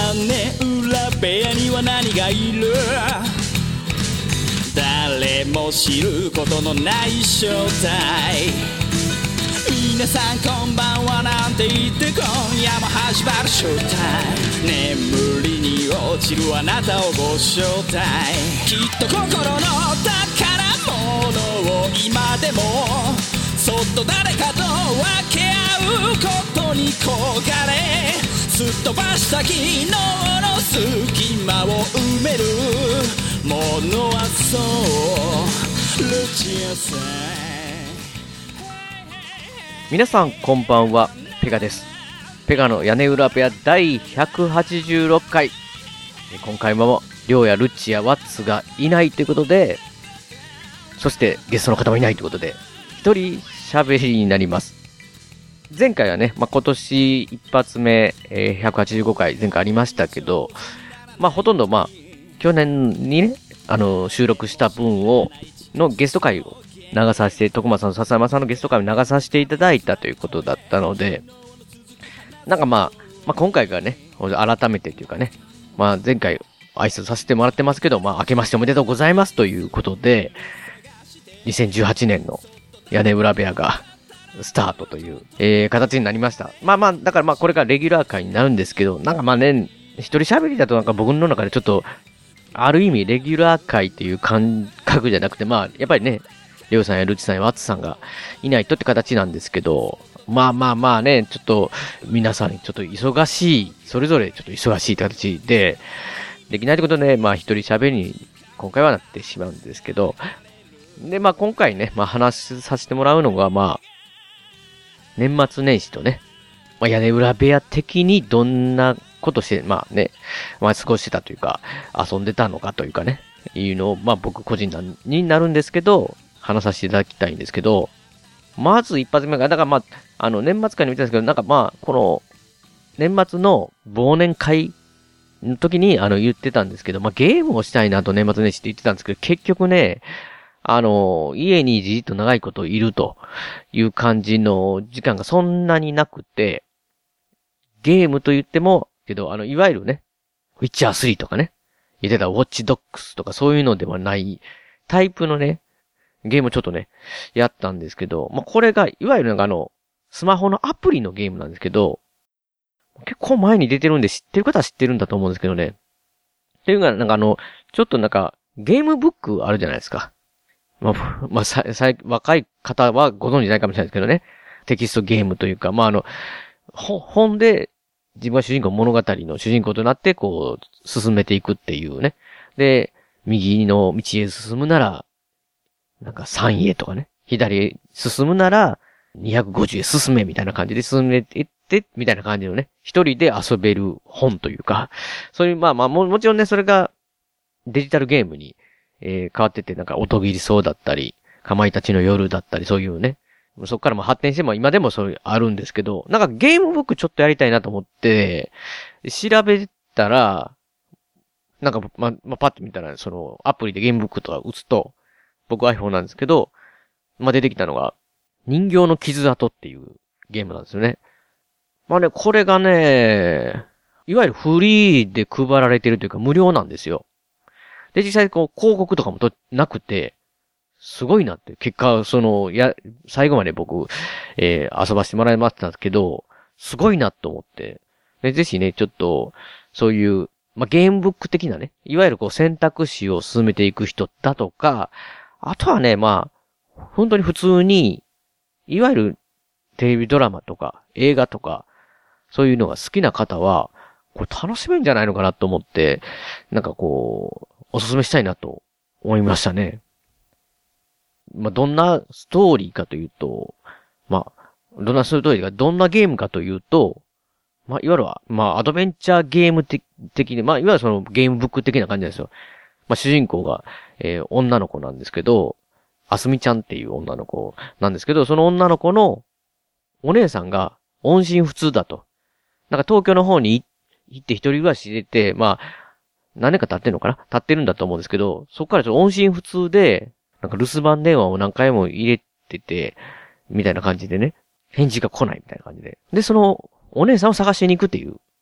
屋根裏部屋には何がいる？誰も知ることのない正体。皆さんこんばんはなんて言って今夜も始まるショータイム。眠りに落ちるあなたをご招待。きっと心の宝物を今でもそっと誰かと分け合うことに焦がれ、すっ飛ばした昨日の隙間を埋めるものはそうルチアさん。 皆さんこんばんは、ペガです。ペガの屋根裏部屋第186回。今回もリョウやルッチやワッツがいないということで、そしてゲストの方もいないということで、一人喋りになります。前回はね、今年一発目、185回前回ありましたけど、ほとんど去年にね、収録した分のゲスト回を流させて、徳間さんと笹山さんのゲスト回を流させていただいたということだったので、今回がね、改めてというかね、前回挨拶させてもらってますけど、明けましておめでとうございますということで、2018年の屋根裏部屋がスタートという、形になりました。だからこれがレギュラー回になるんですけど、一人喋りだと僕の中でちょっと、ある意味レギュラー回っていう感覚じゃなくて、やっぱりね、りょうさんやルチさんやワッツさんがいないとって形なんですけど、ちょっと皆さんちょっと忙しい、それぞれちょっと忙しいって形で、できないってことで、一人喋りに今回はなってしまうんですけど、で、今回ね、話させてもらうのが、年末年始とね、屋根裏部屋的にどんなことして、過ごしてたというか、遊んでたのかというかね、いうのを、僕個人になるんですけど、話させていただきたいんですけど、まず一発目が、年末会に見たんですけど、この、年末の忘年会の時に、言ってたんですけど、ゲームをしたいなと年末年始って言ってたんですけど、結局ね、家にじっと長いこといるという感じの時間がそんなになくて、ゲームと言っても、いわゆるね、ウィッチャー3とかね、言ってたウォッチドックスとかそういうのではないタイプのね、ゲームをちょっとね、やったんですけど、これが、いわゆるスマホのアプリのゲームなんですけど、結構前に出てるんで知ってる方は知ってるんだと思うんですけどね。っていうのがちょっとゲームブックあるじゃないですか。若い方はご存知ないかもしれないですけどね。テキストゲームというか、本で自分は主人公物語の主人公となって進めていくっていうね。で、右の道へ進むなら、3へとかね。左へ進むなら、250へ進めみたいな感じで進めていって、みたいな感じのね。一人で遊べる本というか、そういう、もちろんね、それがデジタルゲームに、変わってて、音切りそうだったり、かまいたちの夜だったり、そういうね。そこからも発展しても今でもそういうあるんですけど、ゲームブックちょっとやりたいなと思って、調べたら、パッと見たら、アプリでゲームブックとか打つと、僕 iPhone なんですけど、出てきたのが、人形の傷跡っていうゲームなんですよね。これがね、いわゆるフリーで配られてるというか無料なんですよ。で、実際広告とかもなくて、すごいなって、結果、最後まで僕、遊ばせてもらいましたけど、すごいなと思って。で、ぜひね、ちょっと、そういう、ゲームブック的なね、いわゆる選択肢を進めていく人だとか、あとはね、本当に普通に、いわゆるテレビドラマとか映画とか、そういうのが好きな方は、これ楽しめるんじゃないのかなと思って、おすすめしたいなと思いましたね。どんなストーリーかというと、どんなストーリーか、どんなゲームかというと、いわゆるアドベンチャーゲーム的に、いわゆるゲームブック的な感じなんですよ。主人公が、女の子なんですけど、あすみちゃんっていう女の子なんですけど、その女の子のお姉さんが音信不通だと。東京の方に行って一人暮らししてて、何年か経ってんのかな経ってるんだと思うんですけど、そこからちょっと音信不通で、留守番電話を何回も入れてて、みたいな感じでね、返事が来ないみたいな感じで。で、そのお姉さんを探しに行くっていう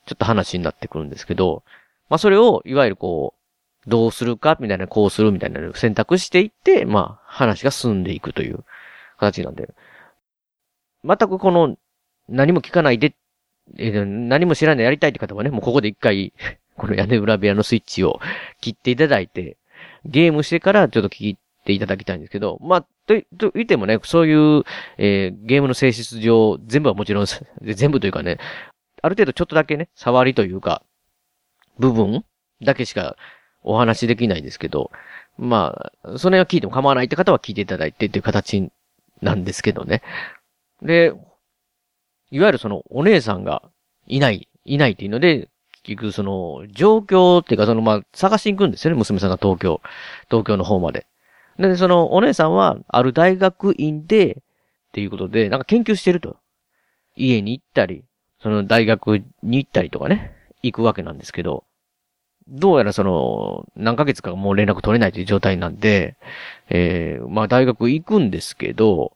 ちょっと話になってくるんですけど、まあそれを、いわゆるこう、どうするかみたいな、こうするみたいなのを選択していって、まあ話が進んでいくという形なんで、全くこの、何も聞かないで、何も知らないやりたいって方はね、もうここで一回、この屋根裏部屋のスイッチを切っていただいて、ゲームしてからちょっと聞いていただきたいんですけど、まあ、と言ってもね、そういう、ゲームの性質上、全部はもちろん、全部というかね、ある程度ちょっとだけね、触りというか、部分だけしかお話しできないですけど、まあ、それは聞いても構わないって方は聞いていただいてっていう形なんですけどね。で、いわゆるそのお姉さんがいないっていうので、結局その状況っていうかまあ探しに行くんですよね、娘さんが東京の方まで。で、そのお姉さんはある大学院でっていうことで、なんか研究してると。家に行ったり、その大学に行ったりとかね、行くわけなんですけど、どうやら何ヶ月かもう連絡取れないという状態なんで、まあ大学行くんですけど、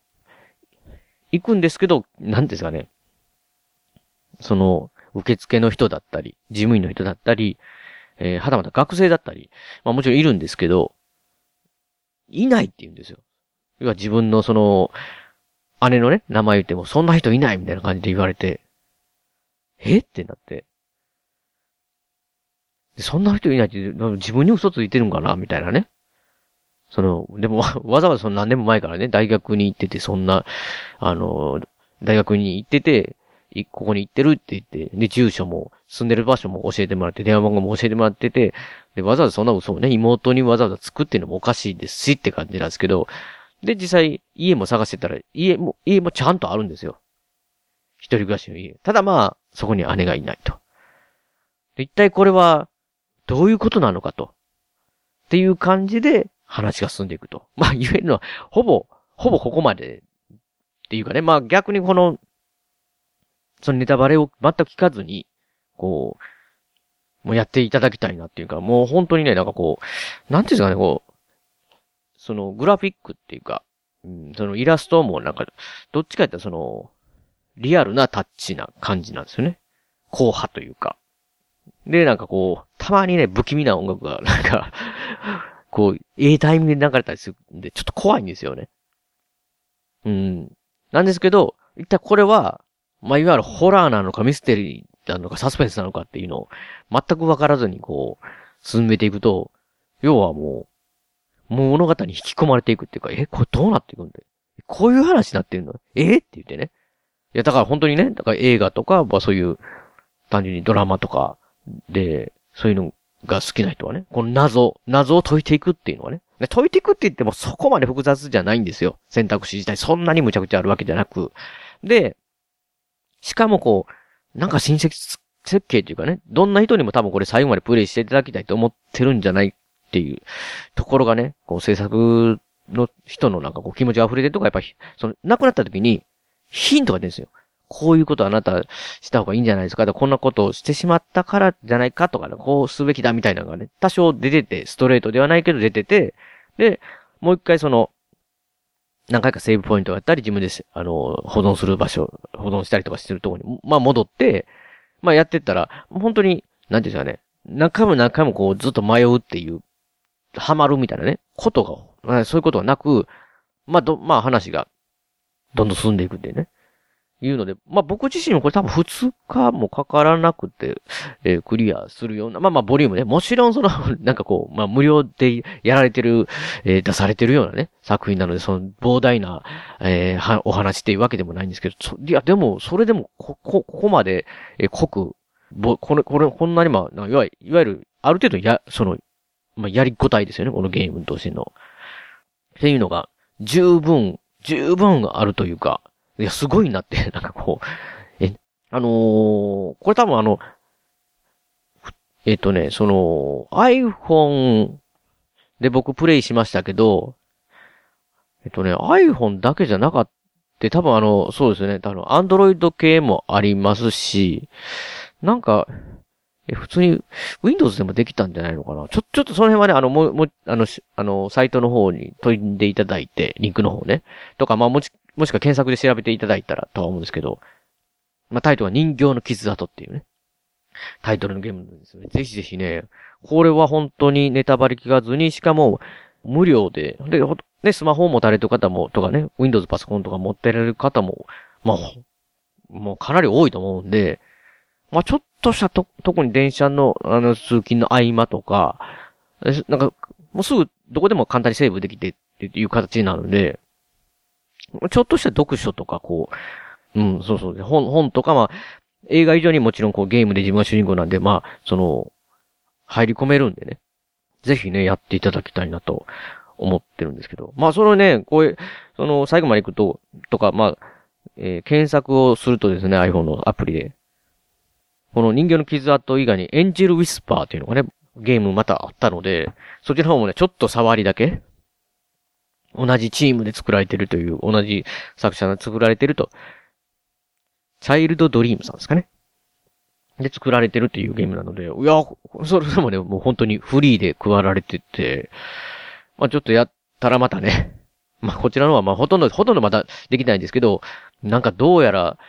なんですかね。受付の人だったり、事務員の人だったり、はたまた学生だったり、まあもちろんいるんですけど、いないって言うんですよ。要は自分の姉のね、名前言っても、そんな人いないみたいな感じで言われて、ってなって。そんな人いないって、自分に嘘ついてるんかなみたいなね。でもわざわざ何年も前からね、大学に行ってて、大学に行ってて、ここに行ってるって言って、で、住所も、住んでる場所も教えてもらって、電話番号も教えてもらってて、で、わざわざそんな嘘をね、妹にわざわざ作ってるのもおかしいですしって感じなんですけど、で、実際、家も探してたら、家もちゃんとあるんですよ。一人暮らしの家。ただまあ、そこに姉がいないと。で、一体これは、どういうことなのかと。っていう感じで、話が進んでいくと。まあ、言えるのは、ほぼここまで、っていうかね、まあ逆にそのネタバレを全く聞かずに、もうやっていただきたいなっていうか、もう本当にね、なんかなんていうんですかね、グラフィックっていうか、イラストもなんか、どっちかって言ったらリアルなタッチな感じなんですよね。硬派というか。で、なんかたまにね、不気味な音楽が、なんか、タイミングで流れたりするんで、ちょっと怖いんですよね。なんですけど、一体これは、まあ、いわゆるホラーなのかミステリーなのかサスペンスなのかっていうのを全く分からずに進めていくと、要はもう物語に引き込まれていくっていうか、これどうなっていくんだよ。こういう話になってるのって言ってね。いや、だから本当にね、だから映画とか、まあそういう単純にドラマとかで、そういうのが好きな人はね、この謎を解いていくっていうのはね。解いていくって言ってもそこまで複雑じゃないんですよ。選択肢自体そんなにむちゃくちゃあるわけじゃなく。で、しかもなんか親戚設計っていうかね、どんな人にも多分これ最後までプレイしていただきたいと思ってるんじゃないっていうところがね、制作の人のなんか気持ち溢れてるとか、やっぱり、亡くなった時にヒントが出るんですよ。こういうことあなたした方がいいんじゃないですか、こんなことをしてしまったからじゃないかとか、こうすべきだみたいなのがね、多少出てて、ストレートではないけど出てて、で、もう一回何回かセーブポイントがあったり、自分で保存する場所、保存したりとかしてるところに、まあ戻って、まあやってったら、本当に、なんていうんですかね、何回もずっと迷うっていう、ハマるみたいなね、ことが、そういうことがなく、まあ話が、どんどん進んでいくってね。いうので、まあ僕自身もこれ多分2日もかからなくて、クリアするような、まあボリュームね、もちろんなんかまあ無料でやられてる、出されてるようなね、作品なので、膨大な、お話っていうわけでもないんですけど、いや、でも、それでも、こまで、濃く、こんなにまあ、いわゆる、ある程度まあやりごたえですよね、このゲームとしての。っていうのが、十分あるというか、いや、すごいなって、なんかこれ多分iPhone で僕プレイしましたけど、iPhone だけじゃなかった、多分そうですね、Android 系もありますし、なんか、普通に Windows でもできたんじゃないのかな。ちょっとその辺はね、サイトの方に飛んでいただいて、リンクの方ね。とか、まあもしくは検索で調べていただいたらとは思うんですけど、まあタイトルは人形の傷跡っていうね。 タイトルのゲームなんですよね。ぜひぜひね、これは本当にネタバレ聞かずに、しかも無料で、で、スマホを持たれる方も、とかね、Windows パソコンとか持ってられる方も、まあ、もうかなり多いと思うんで、まあちょっとした特に電車の、通勤の合間とか、なんか、もうすぐどこでも簡単にセーブできてっていう形になるんで、ちょっとした読書とかこう、そうそう、本とかまあ、映画以上にもちろんこうゲームで自分が主人公なんで、まあ、入り込めるんでね。ぜひね、やっていただきたいなと思ってるんですけど。まあ、こういう、最後まで行くと、とか、まあ、検索をするとですね、iPhone のアプリで。この人形の傷跡以外にエンジェルウィスパーっていうのがね、ゲームまたあったので、そちらの方もね、ちょっと触りだけ、同じチームで作られてるという、同じ作者が作られてると、チャイルドドリームさんですかね。で作られてるっていうゲームなので、いや、それでもね、もう本当にフリーで配られてて、まあちょっとやったらまたね、まあこちらのはまあほとんどまだできないんですけど、なんかどうやら、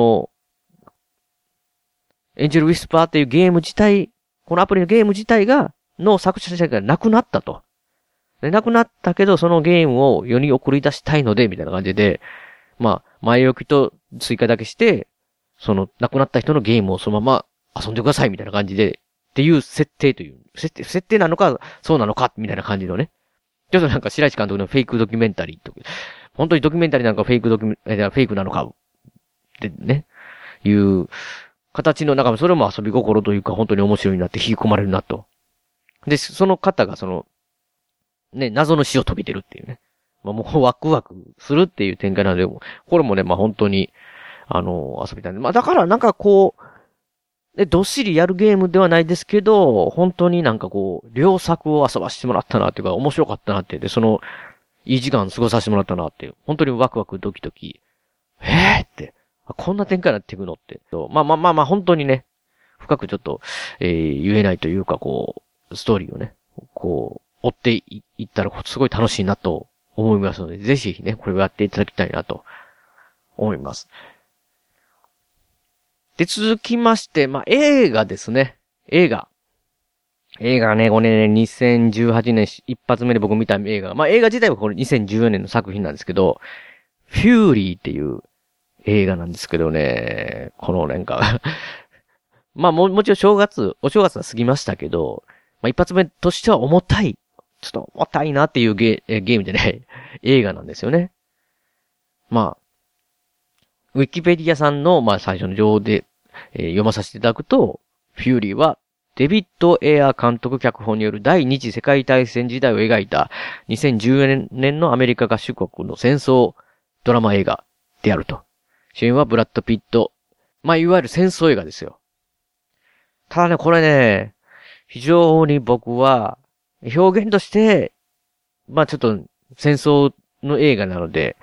エンジェルウィスパーっていうゲーム自体、このアプリのゲーム自体の作者者がなくなったと。で、なくなったけど、そのゲームを世に送り出したいので、みたいな感じで、まあ、前置きと追加だけして、亡くなった人のゲームをそのまま遊んでください、みたいな感じで、っていう設定なのか、そうなのか、みたいな感じのね。ちょっとなんか白石監督のフェイクドキュメンタリーと、本当にドキュメンタリーなのかフェイクなのか、ってね、いう形の中で、それも遊び心というか、本当に面白いなって引き込まれるなと。で、その方がね、謎の死を遂げてるっていうね。まあ、もうワクワクするっていう展開なので、これもね、まあ本当に、遊びたいんで。まあだからなんかこう、どっしりやるゲームではないですけど、本当になんかこう、良作を遊ばせてもらったなっていうか、面白かったなって。で、いい時間過ごさせてもらったなっていう。本当にワクワクドキドキ。って。こんな展開になっていくのって。まあ、本当にね、深くちょっと、言えないというか、こう、ストーリーをね、こう、追っていったら、すごい楽しいなと思いますので、ぜひね、これをやっていただきたいなと思います。で、続きまして、まあ、映画ですね。映画ね、これね、2018年一発目で僕見た映画。まあ、映画自体はこれ2014年の作品なんですけど、フューリーっていう映画なんですけどね、このなんかまあ、もちろんお正月は過ぎましたけど、まあ、一発目としてはちょっと重たいなっていうゲームでね、映画なんですよね。まあ、ウィキペディアさんの、まあ、最初の情報で、読まさせていただくと、フューリーは、デビッド・エアー監督脚本による第二次世界大戦時代を描いた2014年のアメリカ合衆国の戦争ドラマ映画であると。主演はブラッド・ピット。まあ、いわゆる戦争映画ですよ。ただね、これね、非常に僕は、表現として、まあちょっと戦争の映画なので、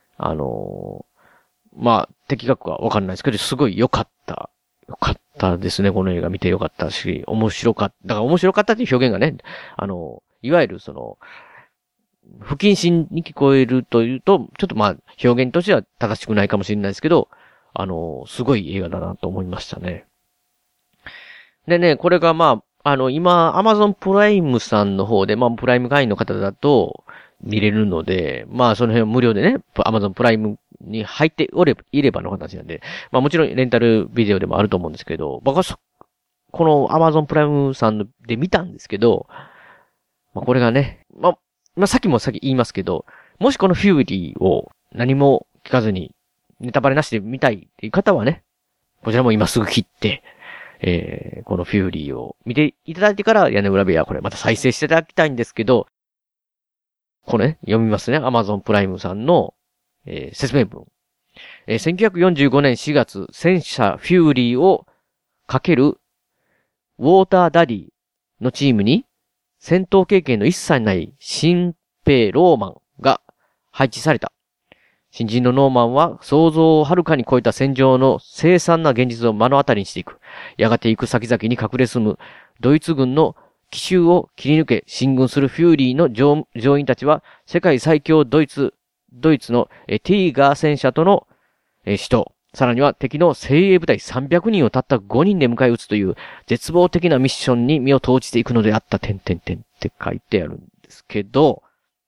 まあ的確はわかんないですけど、すごい良かった。良かったですね、この映画見て良かったし、面白かった。だから面白かったっていう表現がね、いわゆる不謹慎に聞こえるというと、ちょっとまあ表現としては正しくないかもしれないですけど、すごい映画だなと思いましたね。でね、これがまあ、今、Amazon プライムさんの方で、まあ、プライム会員の方だと見れるので、まあ、その辺無料でね、Amazon プライムに入っていればの話なんで、まあ、もちろんレンタルビデオでもあると思うんですけど、僕はこの Amazon プライムさんで見たんですけど、まあ、これがね、まあ、さっき言いますけど、もしこのフューリーを何も聞かずに、ネタバレなしで見たいっていう方はね、こちらも今すぐ切って、このフューリーを見ていただいてから屋根裏部屋これまた再生していただきたいんですけど、これね、読みますね。Amazon プライムさんの、説明文。1945年4月、戦車フューリーをかけるウォーターダディのチームに戦闘経験の一切ない新兵ローマンが配置された。新人のノーマンは想像をはるかに超えた戦場の凄惨な現実を目の当たりにしていく。やがて行く先々に隠れ住むドイツ軍の奇襲を切り抜け進軍するフューリーの乗員たちは世界最強ドイツのティーガー戦車との死闘、 さらには敵の精鋭部隊300人をたった5人で迎え撃つという絶望的なミッションに身を投じていくのであった、って書いてあるんですけど、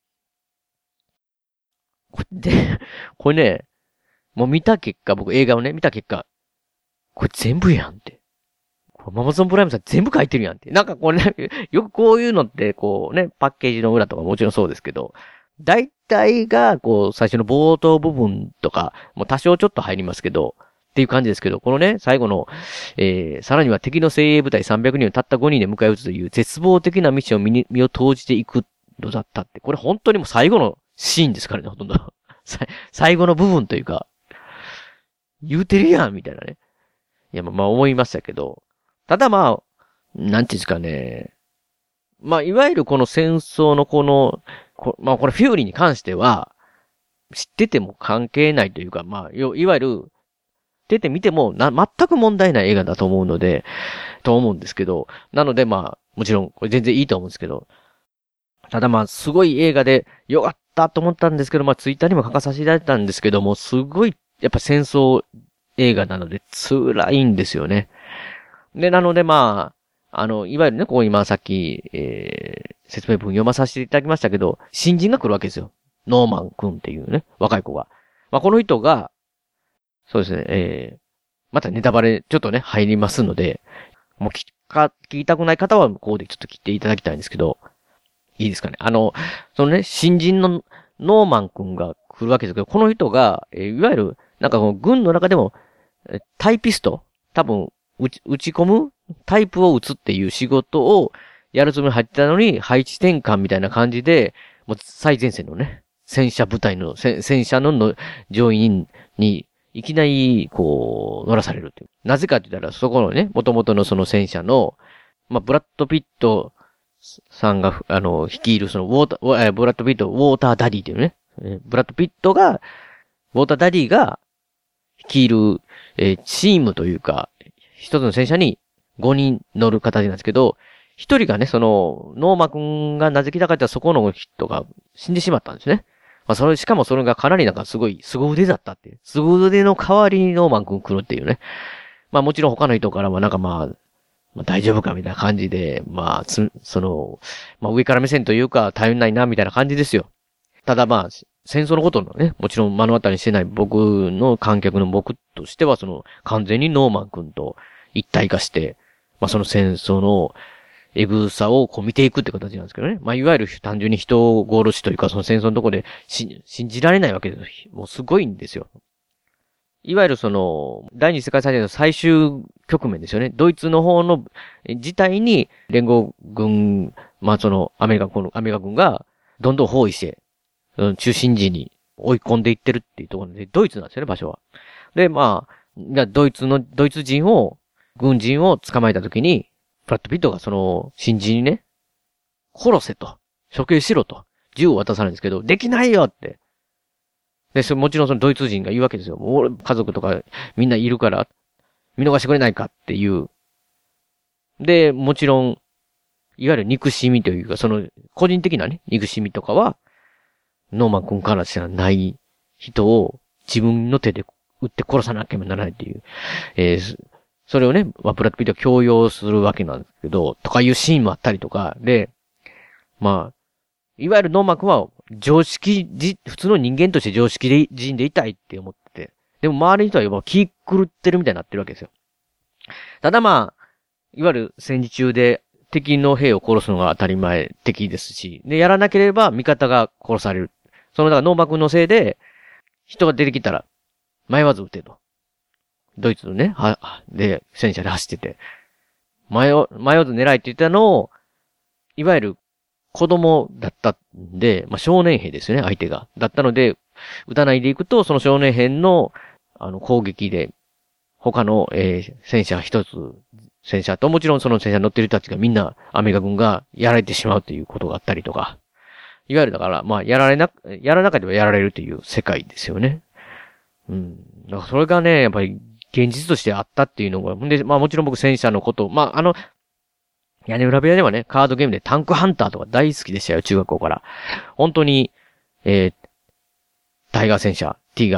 これね、もう見た結果、僕映画をね、見た結果、これ全部やんって。アマゾンプライムさん全部書いてるやんって。なんかこれね、よくこういうのってこうね、パッケージの裏とかもちろんそうですけど、大体がこう最初の冒頭部分とか、もう多少ちょっと入りますけど、っていう感じですけど、このね、最後の、さらには敵の精鋭部隊300人をたった5人で迎え撃つという絶望的なミッションに身を投じていくのだったって、これ本当にもう最後のシーンですからね、ほとんど。最後の部分というか、言うてるやん、みたいなね。いや、まあ思いましたけど、ただまあ、なんていうんですかね。まあ、いわゆるこの戦争のまあこれフューリーに関しては、知ってても関係ないというか、まあ、いわゆる、出てみても全く問題ない映画だと思うので、と思うんですけど、なのでまあ、もちろんこれ全然いいと思うんですけど、ただまあ、すごい映画でよかったと思ったんですけど、まあツイッターにも書かさせていただいたんですけども、すごい、やっぱ戦争映画なので辛いんですよね。で、なのでまあ、いわゆるね、こう今さっき、説明文読まさせていただきましたけど、新人が来るわけですよ。ノーマン君っていうね、若い子が。まあこの人が、そうですね、またネタバレちょっとね、入りますので、もう聞きたくない方はここでちょっと聞いていただきたいんですけど、いいですかね。そのね、新人のノーマン君が来るわけですけど、この人が、いわゆる、なんかこの軍の中でも、タイピスト多分、打ち込むタイプを打つっていう仕事をやるつもりに入ってたのに、配置転換みたいな感じで、もう最前線のね、戦車部隊の、戦車の乗員に、いきなり、こう、乗らされるっていう。なぜかって言ったら、そこのね、元々のその戦車の、まあ、ブラッド・ピットさんが、率いるそのブラッド・ピット、ウォーター・ダディっていうね、ブラッド・ピットが、ウォーター・ダディが、率いる、チームというか、一つの戦車に5人乗る形なんですけど、一人がね、その、ノーマ君がなぜ来たかって言ったらそこの人が死んでしまったんですね。まあしかもそれがかなりなんかすごい凄腕だったっていう。凄腕の代わりにノーマン君来るっていうね。まあもちろん他の人からはなんかまあ大丈夫かみたいな感じで、まあまあ上から目線というか頼りないなみたいな感じですよ。ただまあ、戦争のことのね、もちろん目の当たりにしてない僕の観客の僕としては完全にノーマン君と一体化して、まあその戦争のエグさをこう見ていくって形なんですけどね。まあいわゆる単純に人を殺しというかその戦争のところで信じられないわけです。もうすごいんですよ。いわゆる第二次世界大戦の最終局面ですよね。ドイツの方の自体に連合軍、まあアメリカ軍がどんどん包囲して、中心地に追い込んでいってるっていうところで、ドイツなんですよね、場所は。で、まあ、ドイツ軍人を捕まえたときに、ブラッド・ピットが新人にね、殺せと、処刑しろと、銃を渡されるんですけど、できないよって。で、もちろんドイツ人が言うわけですよ。俺、家族とかみんないるから、見逃してくれないかっていう。で、もちろん、いわゆる憎しみというか、個人的なね、憎しみとかは、ノーマン君からしたらない人を自分の手で撃って殺さなきゃならないっていう。それをね、ブラッド・ピットは強要するわけなんですけど、とかいうシーンもあったりとか、で、まあ、いわゆるノーマン君は普通の人間として常識人でいたいって思ってて、でも周りの人は気狂ってるみたいになってるわけですよ。ただまあ、いわゆる戦時中で敵の兵を殺すのが当たり前的ですし、で、やらなければ味方が殺される。だからノーマン君のせいで、人が出てきたら、迷わず撃てと。ドイツのね、で、戦車で走ってて、迷わず狙いって言ったのを、いわゆる子供だったんで、まあ、少年兵ですよね、相手が。だったので、撃たないでいくと、その少年兵の、攻撃で、他の、戦車と、もちろんその戦車に乗ってる人たちがみんな、アメリカ軍がやられてしまうということがあったりとか、いわゆるだから、まあ、やらなかったらやられるという世界ですよね。うん。だからそれがね、やっぱり、現実としてあったっていうのが、で、まあもちろん僕戦車のこと、まあ屋根裏部屋ではね、カードゲームでタンクハンターとか大好きでしたよ、中学校から。本当に、タイガー戦車、T が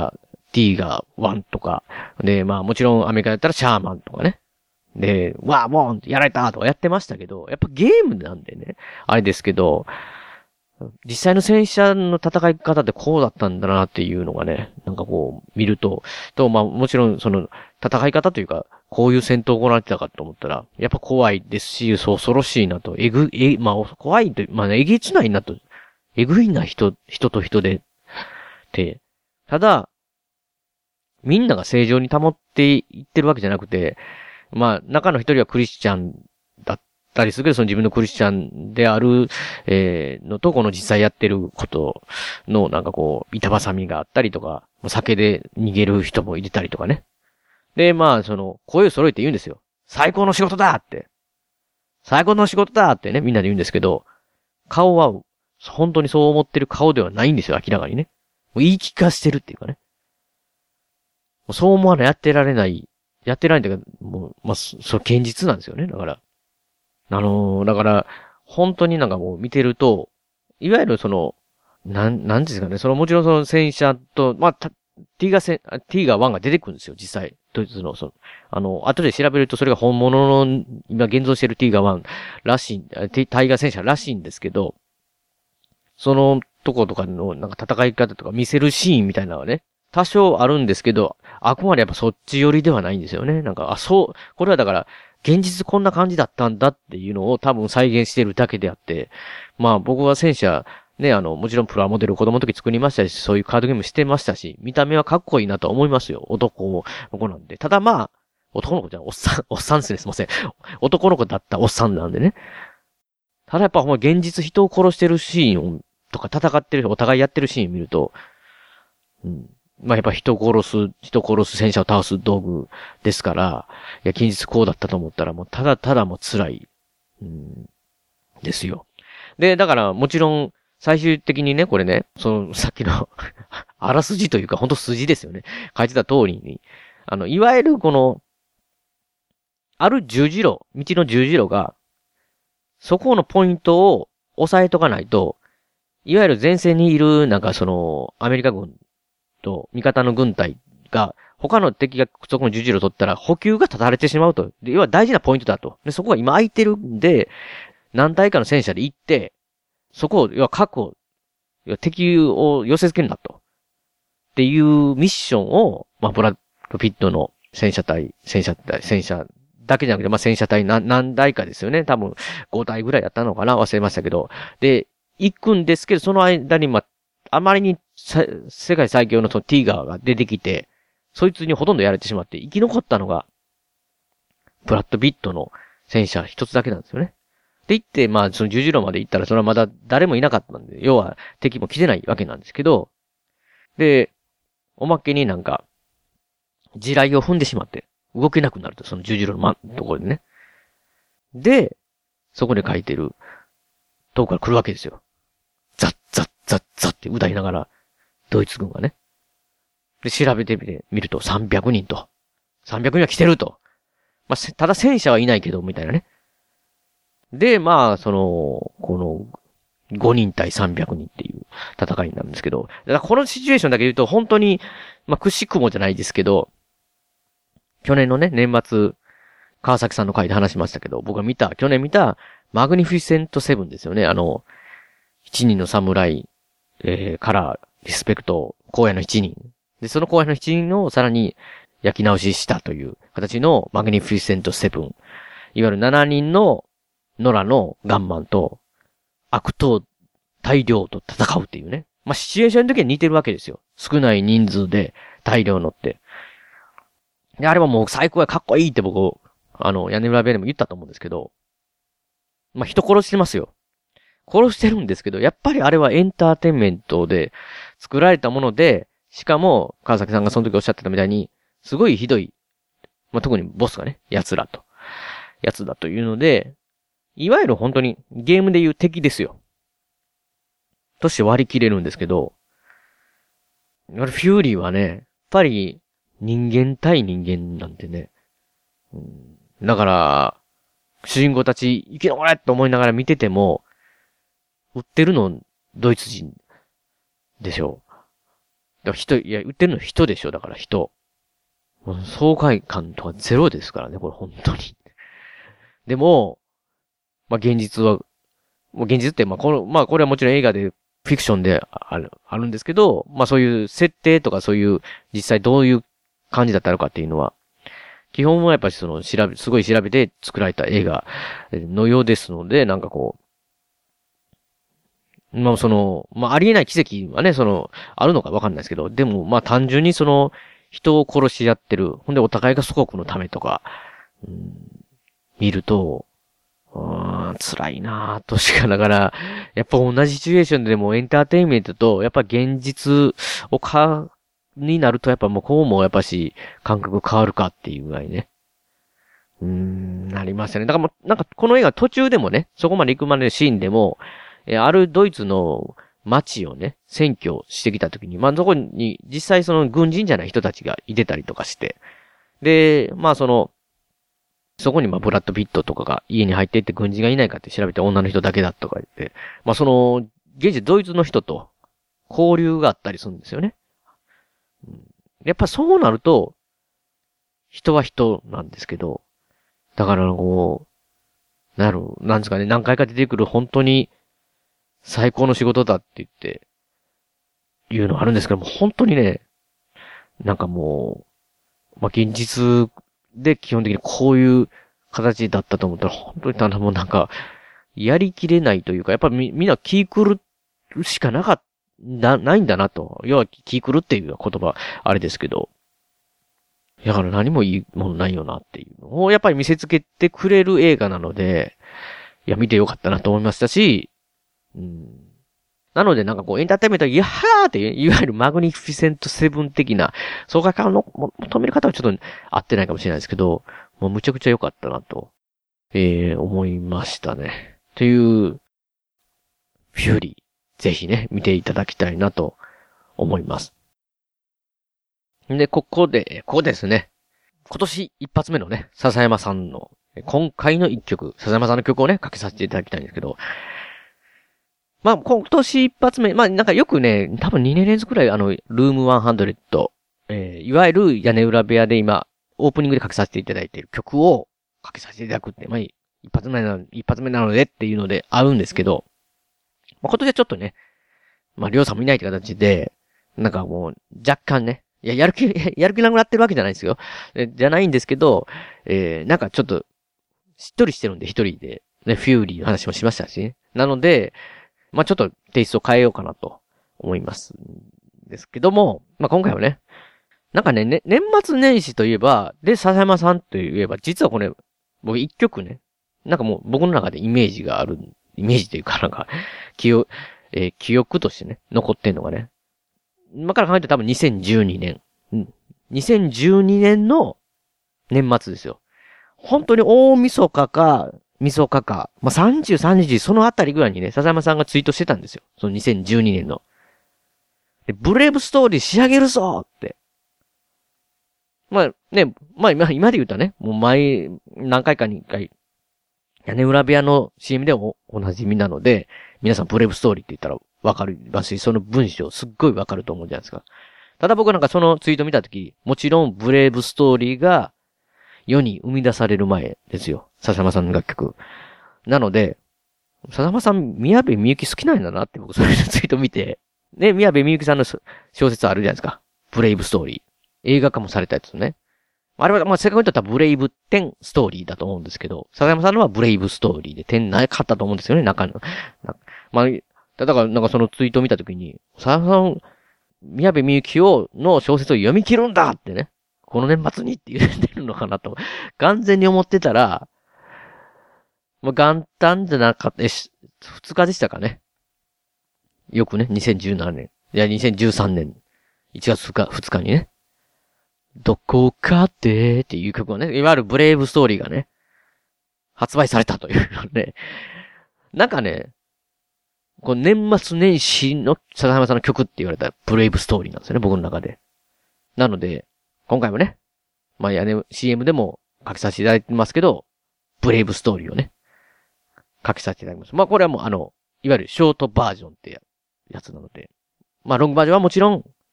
ティーガー1とか、で、まあもちろんアメリカだったらシャーマンとかね。で、わー、ボーンってやられたとかやってましたけど、やっぱゲームなんでね、あれですけど、実際の戦車の戦い方ってこうだったんだなっていうのがね、なんかこう見ると、まあもちろんその戦い方というか、こういう戦闘を行ってたかと思ったら、やっぱ怖いですし、恐ろしいなと、まあ怖いと、まあえげつないなと、えぐいな人と人で、って、ただ、みんなが正常に保っていってるわけじゃなくて、まあ中の一人はクリスチャンだったりするけど、その自分のクリスチャンである、のと、この実際やってることのなんかこう、板挟みがあったりとか、酒で逃げる人もいたりとかね。で、まあ、声を揃えて言うんですよ。最高の仕事だって。最高の仕事だってね、みんなで言うんですけど、顔は、本当にそう思ってる顔ではないんですよ、明らかにね。もう言い聞かしてるっていうかね。もうそう思わない、やってられないんだけど、もう、まあ、現実なんですよね、だから。だから、本当になんかもう見てると、いわゆるなんですかね、もちろんその戦車と、まあ、ティーガー1が出てくるんですよ、実際。ドイツの、後で調べるとそれが本物の、今現像してるティーガー1らしい、タイガー戦車らしいんですけど、そのとことかのなんか戦い方とか見せるシーンみたいなのはね、多少あるんですけど、あくまでやっぱそっち寄りではないんですよね。なんか、これはだから、現実こんな感じだったんだっていうのを多分再現してるだけであって、まあ僕は戦車、ね、もちろんプラモデル子供の時作りましたし、そういうカードゲームしてましたし、見た目はかっこいいなと思いますよ。男の子なんで。ただまあ、男の子じゃん、おっさんですね、すいません。男の子だったおっさんなんでね。ただやっぱ現実人を殺してるシーンとか戦ってる、お互いやってるシーン見ると、まあやっぱ人殺す戦車を倒す道具ですから、いや、現実こうだったと思ったらもうただただもう辛い、ですよ。で、だからもちろん、最終的にね、これね、さっきのあらすじというか、ほんと筋ですよね。書いてた通りに、いわゆるある十字路、道の十字路が、そこのポイントを押さえとかないと、いわゆる前線にいる、なんかアメリカ軍と味方の軍隊が、他の敵がそこの十字路を取ったら補給が断たれてしまうと。で、要は大事なポイントだと。で、そこが今空いてるんで、何体かの戦車で行って、そこを、要は敵を寄せ付けるんだと。っていうミッションを、まあ、ブラッド・ピットの戦車だけじゃなくて、まあ、戦車隊何台かですよね。多分、5台ぐらいやったのかな忘れましたけど。で、行くんですけど、その間に、まあ、あまりに世界最強のそのティーガーが出てきて、そいつにほとんどやられてしまって、生き残ったのが、ブラッド・ピットの戦車一つだけなんですよね。で行って、まあ、その十字路まで行ったら、それはまだ誰もいなかったんで、要は敵も来てないわけなんですけど、で、おまけになんか、地雷を踏んでしまって、動けなくなると、その十字路のところでね。で、そこで書いてる、遠くから来るわけですよ。ザッザッザッザッって歌いながら、ドイツ軍がね。で、調べてみると300人と。300人は来てると。まあ、ただ戦車はいないけど、みたいなね。で、まあ、この、5人対300人っていう戦いになるんですけど、だからこのシチュエーションだけ言うと、本当に、まあ、くしくもじゃないですけど、去年のね、年末、川崎さんの回で話しましたけど、僕が去年見た、マグニフィセント7ですよね。7人の侍、からリスペクト、荒野の7人。で、その荒野の7人をさらに焼き直ししたという形のマグニフィセント7。いわゆる7人の野良のガンマンと悪党大量と戦うっていうね。まあ、シチュエーションの時は似てるわけですよ。少ない人数で大量乗って。で、あれはもう最高やかっこいいって僕、屋根裏部屋でも言ったと思うんですけど、まあ、人殺してますよ。殺してるんですけど、やっぱりあれはエンターテインメントで作られたもので、しかも、川崎さんがその時おっしゃってたみたいに、すごいひどい、まあ、特にボスがね、やつだというので、いわゆる本当にゲームでいう敵ですよ。として割り切れるんですけど、フューリーはね、やっぱり人間対人間なんてね。だから、主人公たち生き残れって思いながら見てても、売ってるのドイツ人でしょう。 ら人、いや、売ってるの人でしょ、だから人。もう爽快感とかゼロですからね、これ本当に。でも、まあ、現実は、もう現実って、まあ、これはもちろん映画で、フィクションであるんですけど、まあ、そういう設定とかそういう、実際どういう感じだったのかっていうのは、基本はやっぱりすごい調べて作られた映画のようですので、なんかこう、まあ、ありえない奇跡はね、あるのかわかんないですけど、でも、まあ、単純に人を殺し合ってる、ほんでお互いが祖国のためとか、見ると、辛いなぁとしかながら、やっぱ同じシチュエーションでもエンターテインメントと、やっぱ現実になるとやっぱもうこうもやっぱし感覚変わるかっていうぐらいね。なりますよね。だからもう、なんかこの映画途中でもね、そこまで行くまでのシーンでも、あるドイツの街をね、占拠してきたときに、まあそこに実際軍人じゃない人たちがいてたりとかして、で、まあそこにブラッド・ピットとかが家に入っていって軍人がいないかって調べて女の人だけだとか言って、まあ現地ドイツの人と交流があったりするんですよね。やっぱそうなると、人は人なんですけど、だからなんですかね、何回か出てくる本当に最高の仕事だって言って、いうのあるんですけども、本当にね、なんかもう、まあ、現実で基本的にこういう形だったと思ったら、本当にただもうなんか、やりきれないというか、やっぱみんな気狂うしかないんだなと。要は気狂っていう言葉、あれですけど。だから何もいいものないよなっていうのをやっぱり見せつけてくれる映画なので、いや見てよかったなと思いましたし、なのでなんかエンターテインメントやっはーっていう、いわゆるマグニフィセントセブン的な、爽快感を求める方はちょっと合ってないかもしれないですけど、もうむちゃくちゃ良かったなと、思いましたね。という、フューリー、ぜひね、見ていただきたいなと思います。で、ここですね。今年一発目のね、笹山さんの、今回の一曲、笹山さんの曲をね、かけさせていただきたいんですけど、まあ、今年一発目、まあ、なんかよくね、多分2年連続くらいルーム100、いわゆる屋根裏部屋で今、オープニングでかけさせていただいている曲をかけさせていただくって、まあ、一発目なのでっていうのであるんですけど、まあ、今年はちょっとね、まあ、りょうさん見ないって形で、なんかもう、若干ね、いや、やる気なくなってるわけじゃないですよ。じゃないんですけど、なんかちょっと、しっとりしてるんで一人で、ね、フューリーの話もしましたしね。なので、まあ、ちょっとテイストを変えようかなと思います。ですけども、まあ、今回はね、なんかね、年末年始といえば、で、笹山さんといえば、実はこれ、僕一曲ね、なんかもう僕の中でイメージというかなんか、記憶としてね、残ってんのがね、今から考えて多分2012年。2012年の年末ですよ。本当に大晦日か、まあ、30、31、そのあたりぐらいにね、笹山さんがツイートしてたんですよ。その2012年の。で、ブレイブストーリー仕上げるぞって。まあね、まあ今で言うとね、もう何回かに1回、屋根裏部屋の CM でもおなじみなので、皆さんブレイブストーリーって言ったらわかりますし、その文章すっごいわかると思うじゃないですか。ただ僕なんかそのツイート見たとき、もちろんブレイブストーリーが世に生み出される前ですよ。笹山さんの楽曲。なので、笹山さん、宮部みゆき好きなんだなって僕それのツイート見て、ね、宮部みゆきさんの小説あるじゃないですか。ブレイブストーリー。映画化もされたやつね。あれは、まあ、正確に言ったらブレイブ10ストーリーだと思うんですけど、笹山さんのはブレイブストーリーで10なかったと思うんですよね、中の。まあ、だからなんかそのツイートを見たときに、笹山さん、宮部みゆきの小説を読み切るんだってね。この年末にって言ってるのかなと、完全に思ってたら、まあ、元旦じゃなかった、2日でしたかね。よくね、2017年。いや、2013年。1月2日にね。どこかでっていう曲がね、いわゆるブレイブストーリーがね、発売されたというのね。なんかね、この年末年始の笹山さんの曲って言われたらブレイブストーリーなんですよね、僕の中で。なので、今回もね、まあCM でも書きさせていただいてますけど、ブレイブストーリーをね、書きさせていただきます。まあこれはもういわゆるショートバージョンってやつなので、まあロングバージョンはもちろん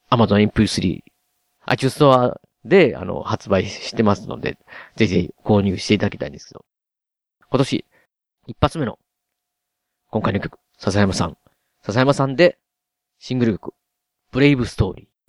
Amazon MP3、iTunes ストアで、発売してますので、ぜひぜひ購入していただきたいんですけど。今年、一発目の、今回の曲、笹山さん。笹山さんで、シングル曲、ブレイブストーリー。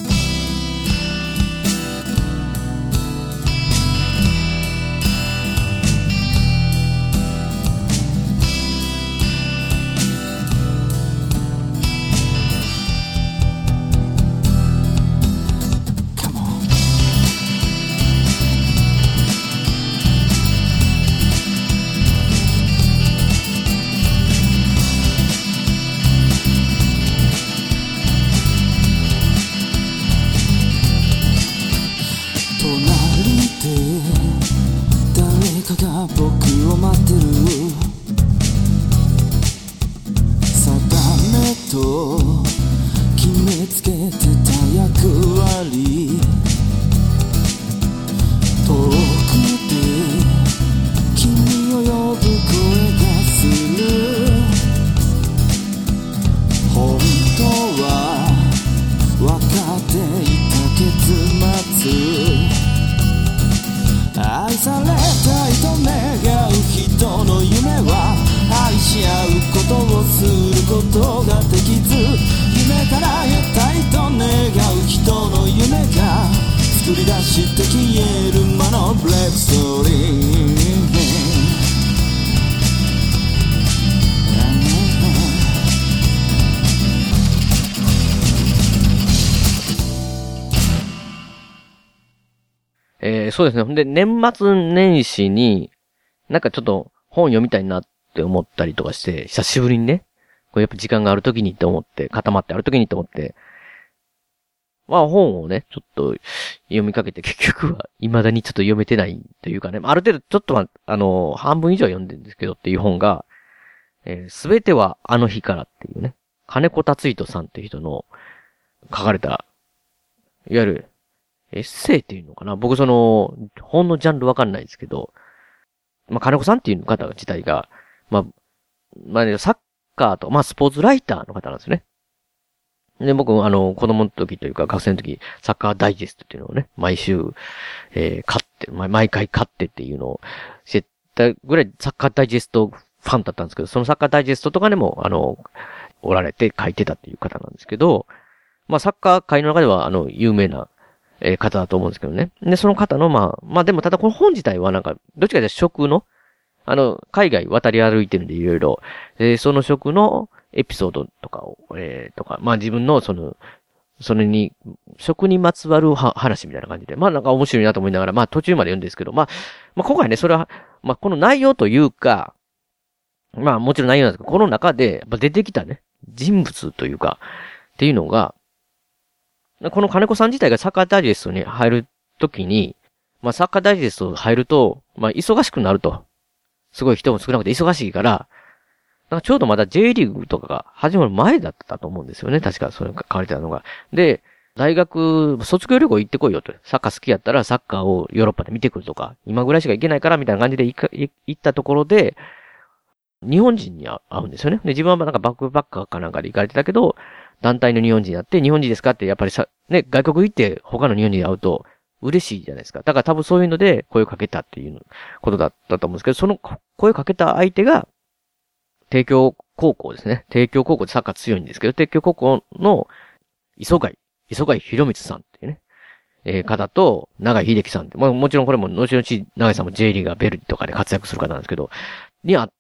僕を待ってる定めと決めつけてた役割遠くで君を呼ぶ声がする本当は分かっていた結末愛されたいと願う人の夢は愛し合うことをすることができず夢から得たいと願う人の夢が作り出して消える魔のブレイクストーリーそうですね。で、年末年始に、なんかちょっと本読みたいなって思ったりとかして、久しぶりにね、これやっぱ時間がある時にって思って、固まってある時にって思って、まあ本をね、ちょっと読みかけて結局は未だにちょっと読めてないというかね、ある程度ちょっと半分以上読んでるんですけどっていう本が、すべてはあの日からっていうね、金子達人さんっていう人の書かれた、いわゆる、エッセイっていうのかな、僕本のジャンルわかんないですけど、まあ、金子さんっていう方自体が、まあね、サッカーと、まあ、スポーツライターの方なんですね。で、僕、子供の時というか、学生の時、サッカーダイジェストっていうのをね、毎週、買って、毎回買ってっていうのをしてたぐらい、サッカーダイジェストファンだったんですけど、そのサッカーダイジェストとかでも、おられて書いてたっていう方なんですけど、まあ、サッカー界の中では、有名な、方だと思うんですけどね。で、その方の、まあでもただこの本自体はなんか、どっちかというと食の、海外渡り歩いてるんでいろいろ、その食のエピソードとかを、まあ自分の食にまつわる話みたいな感じで、まあなんか面白いなと思いながら、まあ途中まで読んでるんですけど、まあ今回ね、それは、まあこの内容というか、まあもちろん内容なんですけど、この中で、出てきたね、人物というか、っていうのが、この金子さん自体がサッカーダイジェストに入るときに、まあサッカーダイジェスト入ると、まあ忙しくなると。すごい人も少なくて忙しいから、なんかちょうどまだ J リーグとかが始まる前だったと思うんですよね。確かそれが書かれてたのが。で、大学、卒業旅行行ってこいよと。サッカー好きやったらサッカーをヨーロッパで見てくるとか、今ぐらいしか行けないからみたいな感じで行ったところで、日本人に会うんですよね。で、自分はなんかバックパッカーかなんかで行かれてたけど、団体の日本人になって、日本人ですかってやっぱりね、外国行って他の日本人に会うと嬉しいじゃないですか。だから多分そういうので声をかけたっていうことだったと思うんですけど、その声をかけた相手が、帝京高校ですね。帝京高校でサッカー強いんですけど、帝京高校の磯貝博光さんっていうね、方と、長井秀樹さんって、まあもちろんこれも後々長井さんも J リーガーベルディとかで活躍する方なんですけど、に会って、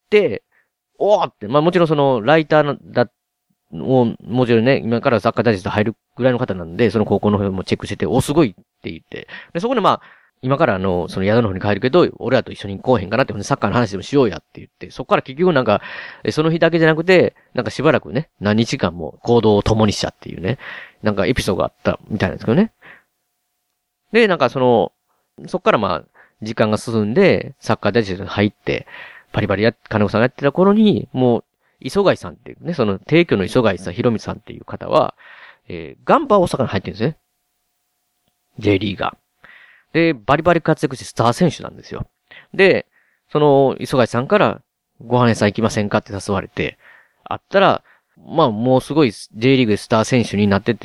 おーって、まあもちろんそのライターもちろんね、今からサッカーダイジェスト入るぐらいの方なんで、その高校の方もチェックしてて、お、すごいって言って。で、そこでまあ、今からその宿の方に帰るけど、俺らと一緒に来おへんかなって、サッカーの話でもしようやって言って、そこから結局なんか、その日だけじゃなくて、なんかしばらくね、何日間も行動を共にしたっていうね、なんかエピソードがあったみたいなんですけどね。で、なんかそっからまあ、時間が進んで、サッカーダイジェストに入って、バリバリ金子さんがやってた頃に、もう、磯貝さんっていうね、その帝京の磯貝さん、博光さんっていう方は、ガンバ大阪に入ってるんですね。J リーガー。で、バリバリ活躍してスター選手なんですよ。で、その磯貝さんからご飯屋さん行きませんかって誘われて、会ったら、まあもうすごい J リーグでスター選手になってて、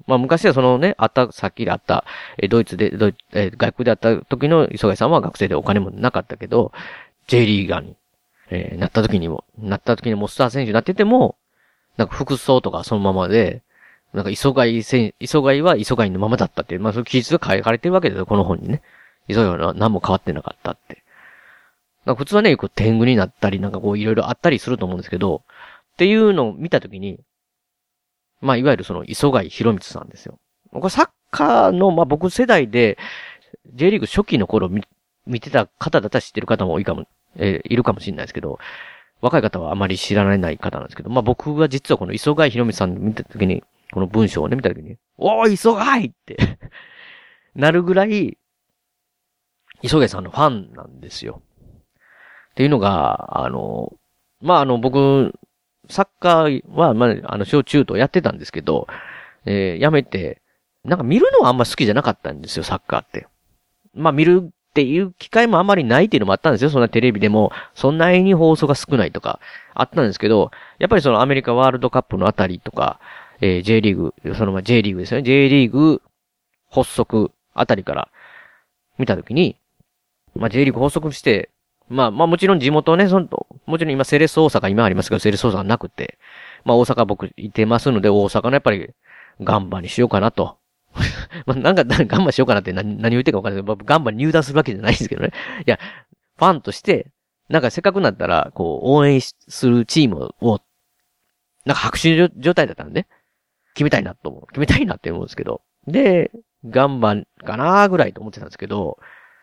まあ昔はそのね、さっきであった、ドイツで、外国であった時の磯貝さんは学生でお金もなかったけど、J リーガーに、なった時にもスター選手になってても、なんか服装とかそのままで、なんか磯貝は磯貝のままだったっていう、まあその記述が書かれてるわけですよ、この本にね。磯貝は何も変わってなかったって。なんか普通はね、こう天狗になったり、なんかこういろいろあったりすると思うんですけど、っていうのを見たときに、まあいわゆるその磯貝博光さんですよ。これサッカーの、まあ僕世代で、J リーグ初期の頃見てた方だったら知ってる方もいるかもしれないですけど、若い方はあまり知らない方なんですけど、まあ僕は実はこの磯貝博光さん見たときに、この文章をね、見たときに、おー、磯貝ってなるぐらい、磯貝さんのファンなんですよ。っていうのが、まあ僕、サッカーは、まあ、小中とやってたんですけど、やめて、なんか見るのはあんま好きじゃなかったんですよ、サッカーって。まあ見るっていう機会もあんまりないっていうのもあったんですよ、そんなテレビでも、そんなに放送が少ないとか、あったんですけど、やっぱりそのアメリカワールドカップのあたりとか、J リーグ、そのまま J リーグですよね、J リーグ発足あたりから見たときに、まあ J リーグ発足して、まあもちろん地元ね、もちろん今セレッソ大阪今ありますけど、セレッソ大阪なくて、まあ大阪僕いてますので、大阪のやっぱりガンバにしようかなと。まあなんかガンバしようかなって何言ってるか分かんないけど、ガンバに入団するわけじゃないんですけどね。いや、ファンとして、なんかせっかくなったら、こう応援するチームを、なんか白紙状態だったんで、決めたいなって思うんですけど。で、ガンバかなーぐらいと思ってたんですけど、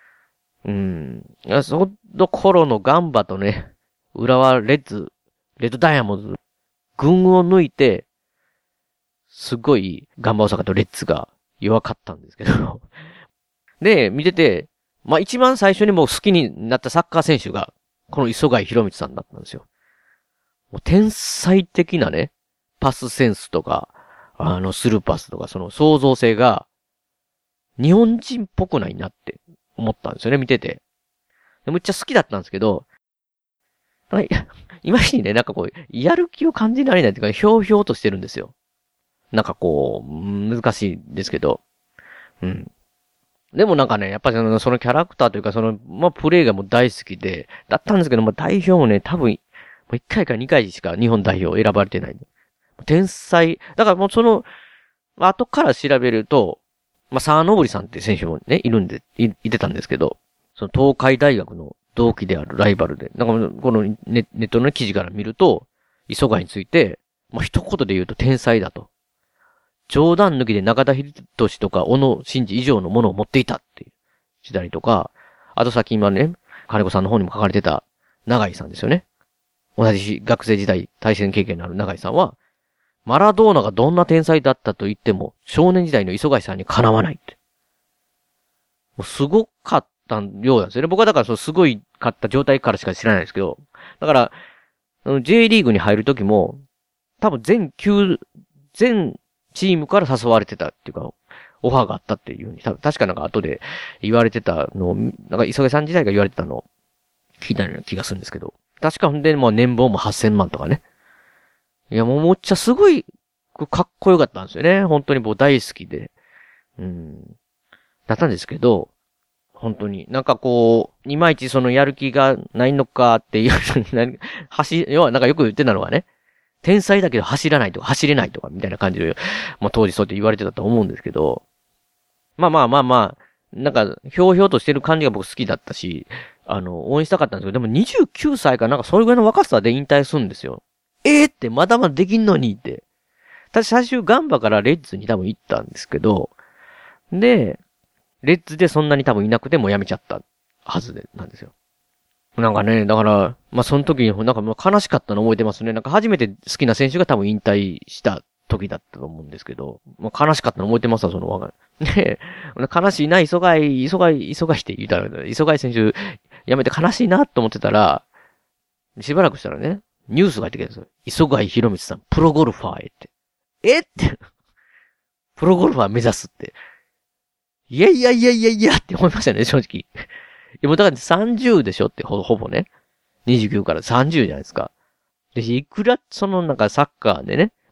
その頃のガンバとね、浦和レッドダイヤモンド、群を抜いて、すごいガンバ大阪とレッズが弱かったんですけど。で、見てて、まあ一番最初にもう好きになったサッカー選手が、この磯貝博光さんだったんですよ。もう天才的なね、パスセンスとか、スルーパスとか、その創造性が、日本人っぽくないなって思ったんですよね、見てて。むっちゃ好きだったんですけど、いまいちね、なんかこう、やる気を感じられないっていうか、ひょうひょうとしてるんですよ。なんかこう、難しいですけど。でもなんかね、やっぱりそのキャラクターというか、まあ、プレイがもう大好きで、だったんですけど、まあ、代表もね、多分、1回か2回しか日本代表選ばれてない。天才。だからもう後から調べると、まあ、沢登さんって選手もね、いてたんですけど、その東海大学の同期であるライバルで、なんかこのネットの記事から見ると、磯貝について、まあ、一言で言うと天才だと。冗談抜きで中田秀俊とか小野伸二以上のものを持っていたっていう時代とか、あとさっき今ね、金子さんの方にも書かれてた永井さんですよね。同じ学生時代対戦経験のある永井さんは、マラドーナがどんな天才だったと言っても、少年時代の磯貝さんにかなわないって。もうすごかったようなんですよね。僕はだからすごいかった状態からしか知らないですけど、だから、J リーグに入るときも、多分全チームから誘われてたっていうか、オファーがあったっていう風に、確かなんか後で言われてたのを、なんか磯貝さん時代が言われてたのを聞いたような気がするんですけど、確かほんで、もう年俸も8000万とかね。いや、もうめっちゃすごい、かっこよかったんですよね。本当に僕大好きで。だったんですけど、本当に。なんかこう、いまいちそのやる気がないのかっていう、要はなんかよく言ってたのはね、天才だけど走らないとか走れないとかみたいな感じで、まあ当時そうやって言われてたと思うんですけど、まあ、なんか、ひょうひょうとしてる感じが僕好きだったし、応援したかったんですけど、でも29歳かなんかそれぐらいの若さで引退するんですよ。ってまだまだできんのにって。私最終ガンバからレッズに多分行ったんですけど、で、レッズでそんなに多分いなくても辞めちゃったはずで、なんですよ。なんかね、だから、まあ、その時になんかもう悲しかったの覚えてますね。なんか初めて好きな選手が多分引退した時だったと思うんですけど、まあ、悲しかったの覚えてますわ、そのわかる。ね悲しいな、磯貝って言ったら、磯貝選手辞めて悲しいなと思ってたら、しばらくしたらね、ニュースが入ってきたんですよ。磯貝博光さん、プロゴルファーへって。ってプロゴルファー目指すって。いやって思いましたね、正直。もうだから30でしょってほぼね。29から30じゃないですか。で、いくらなんかサッカーでね、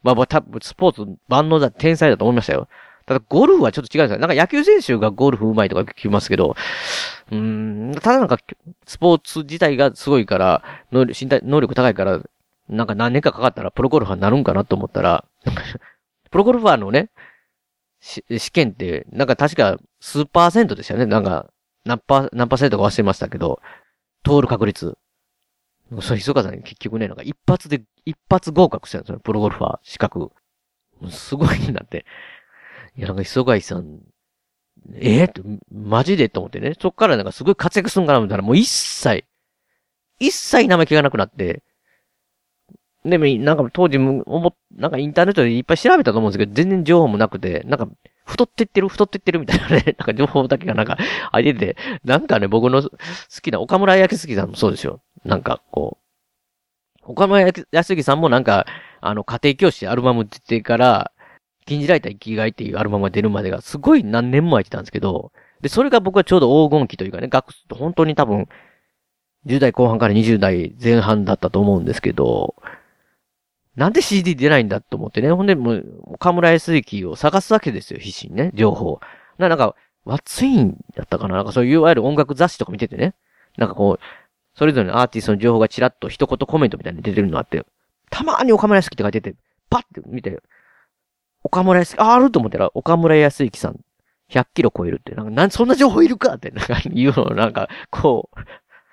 まあ、多分スポーツ万能だ、天才だと思いましたよ。ただ、ゴルフはちょっと違うんですよ。なんか野球選手がゴルフ上手いとか聞きますけど、ただなんか、スポーツ自体がすごいから、身体能力高いから、なんか何年かかかったらプロゴルファーになるんかなと思ったら、プロゴルファーのね、試験って、なんか確か数パーセントでしたよね。なんか、何パーセントか忘れましたけど、通る確率。それ、磯川さん結局ね、なんか一発合格したんですよ。プロゴルファー資格。すごいんだって。いや、なんか磯貝さん、マジでと思ってね。そっからなんかすごい活躍するんかなみたいな、もう一切生意気がなくなって、でも、なんか当時なんかインターネットでいっぱい調べたと思うんですけど、全然情報もなくて、なんか、太ってってるみたいなね、なんか情報だけがなんか入ってて、なんかね、僕の好きな岡村康之さんもそうですよ。なんかこう、岡村康之さんもなんか、家庭教師アルバム出てから、禁じられた生きがいっていうアルバムが出るまでがすごい何年も空いてたんですけど、で、それが僕はちょうど黄金期というかね、本当に多分、10代後半から20代前半だったと思うんですけど、なんで CD 出ないんだと思ってね。ほんで、もう、岡村康之を探すわけですよ、必死にね、情報。なんか、ワッツインだったかななんかそういう、いわゆる音楽雑誌とか見ててね。なんかこう、それぞれのアーティストの情報がちらっと一言コメントみたいに出てるのあって、たまーに岡村康之って書いてて、パッて見て、岡村康之、あると思ったら、岡村康之さん、100キロ超えるって、そんな情報いるかって、なんか言うの、なんか、こう、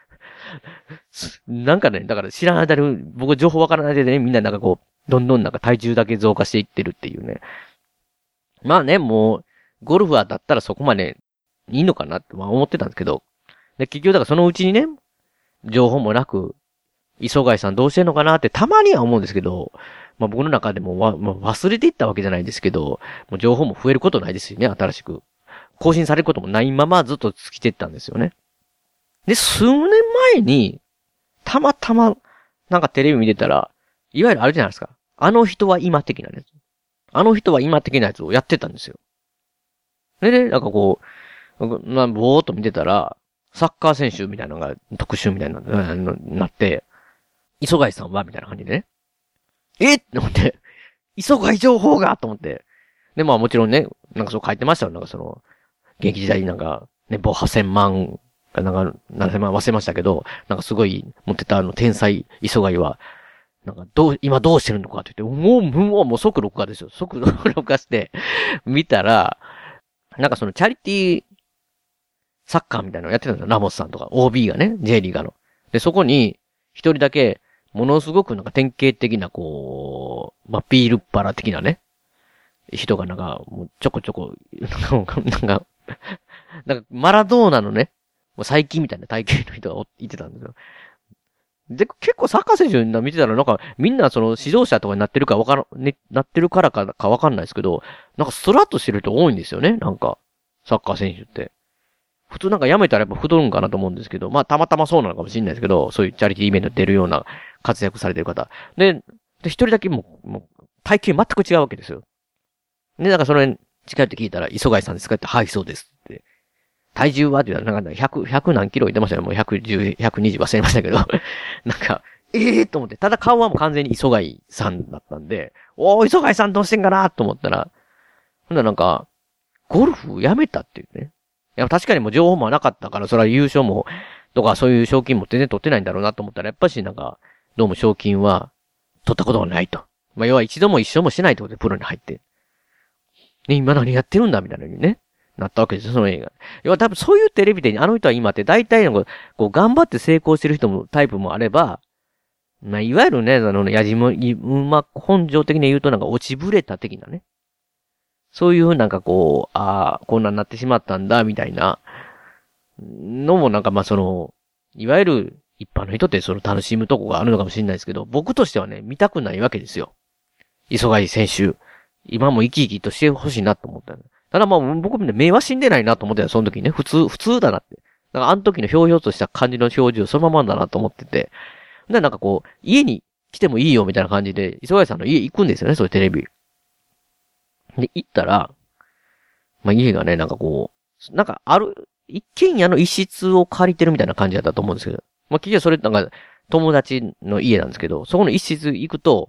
なんかね、だから知らない間に、僕情報わからないでね、みんななんかこう、どんどんなんか体重だけ増加していってるっていうね。まあね、もう、ゴルファーだったらそこまでいいのかなって思ってたんですけど、で、結局だからそのうちにね、情報もなく、磯貝さんどうしてんのかなってたまには思うんですけど、まあ僕の中でも忘れていったわけじゃないですけど、もう情報も増えることないですよね、新しく。更新されることもないままずっと尽きてったんですよね。で、数年前に、たまたま、なんかテレビ見てたら、いわゆるあるじゃないですか。あの人は今的なやつ。あの人は今的なやつをやってたんですよ。でね、なんかこう、ぼーっと見てたら、サッカー選手みたいなのが特集みたいな、なって、磯貝さんはみたいな感じでね。って思って、磯貝情報がと思って。で、まあもちろんね、なんかそう書いてましたよ。なんかその、現役時代になんか、ね、8000万、なんか、7000万忘れましたけど、なんかすごい持ってた天才磯貝は、なんか今どうしてるのかって言って、もう即録画ですよ。即録画して、見たら、なんかそのチャリティーサッカーみたいなのやってたんですよ。ラモスさんとか、OB がね、J リーガーの。で、そこに、一人だけ、ものすごくなんか典型的なこう、まあ、ビールっ腹的なね、人がなんか、もうちょこちょこ、なんか、マラドーナのね、もう最近みたいな体型の人がいてたんですよ。で、結構サッカー選手見てたらなんか、みんなその指導者とかになってるかなってるからかわかんないですけど、なんかストラッとしてる人多いんですよね、なんか。サッカー選手って。普通なんか辞めたらやっぱ太るんかなと思うんですけど、まあたまたまそうなのかもしれないですけど、そういうチャリティーイベント出るような活躍されてる方。で、一人だけもう体型全く違うわけですよ。で、なんかそれ近いって聞いたら、磯貝さんですかって、はい、そうですって。体重はって言ったら、なんか100何キロ言ってましたよ。もう110、120忘れましたけど。なんか、と思って。ただ顔はもう完全に磯貝さんだったんで、磯貝さんどうしてんかなと思ったら、ほんならなんか、ゴルフやめたっていうね。いや、確かにもう情報もなかったから、それは優勝も、とかそういう賞金も全然取ってないんだろうなと思ったら、やっぱしなんか、どうも賞金は取ったことがないと。まあ、要は一度も一勝もしてないってことでプロに入って。ね、今何やってるんだみたいなにね。なったわけですよ、その映画。要は多分そういうテレビで、あの人は今って大体のこう頑張って成功してる人もタイプもあれば、まあ、いわゆるね、やじも、本性的に言うとなんか落ちぶれた的なね。そういうなんかこう、こんなんなってしまったんだ、みたいなのもなんかまあいわゆる一般の人って楽しむとこがあるのかもしれないですけど、僕としてはね、見たくないわけですよ。磯貝選手。今も生き生きとしてほしいなと思った。ただまあ僕目は死んでないなと思ってた、その時にね。普通だなって。なんかあの時のひょうひょうとした感じの表情そのままだなと思ってて。で、なんかこう、家に来てもいいよみたいな感じで、磯貝さんの家行くんですよね、そういうテレビ。で、行ったら、まあ家がね、なんかこう、なんか一軒家の一室を借りてるみたいな感じだったと思うんですけど。まあ結局それなんか友達の家なんですけど、そこの一室行くと、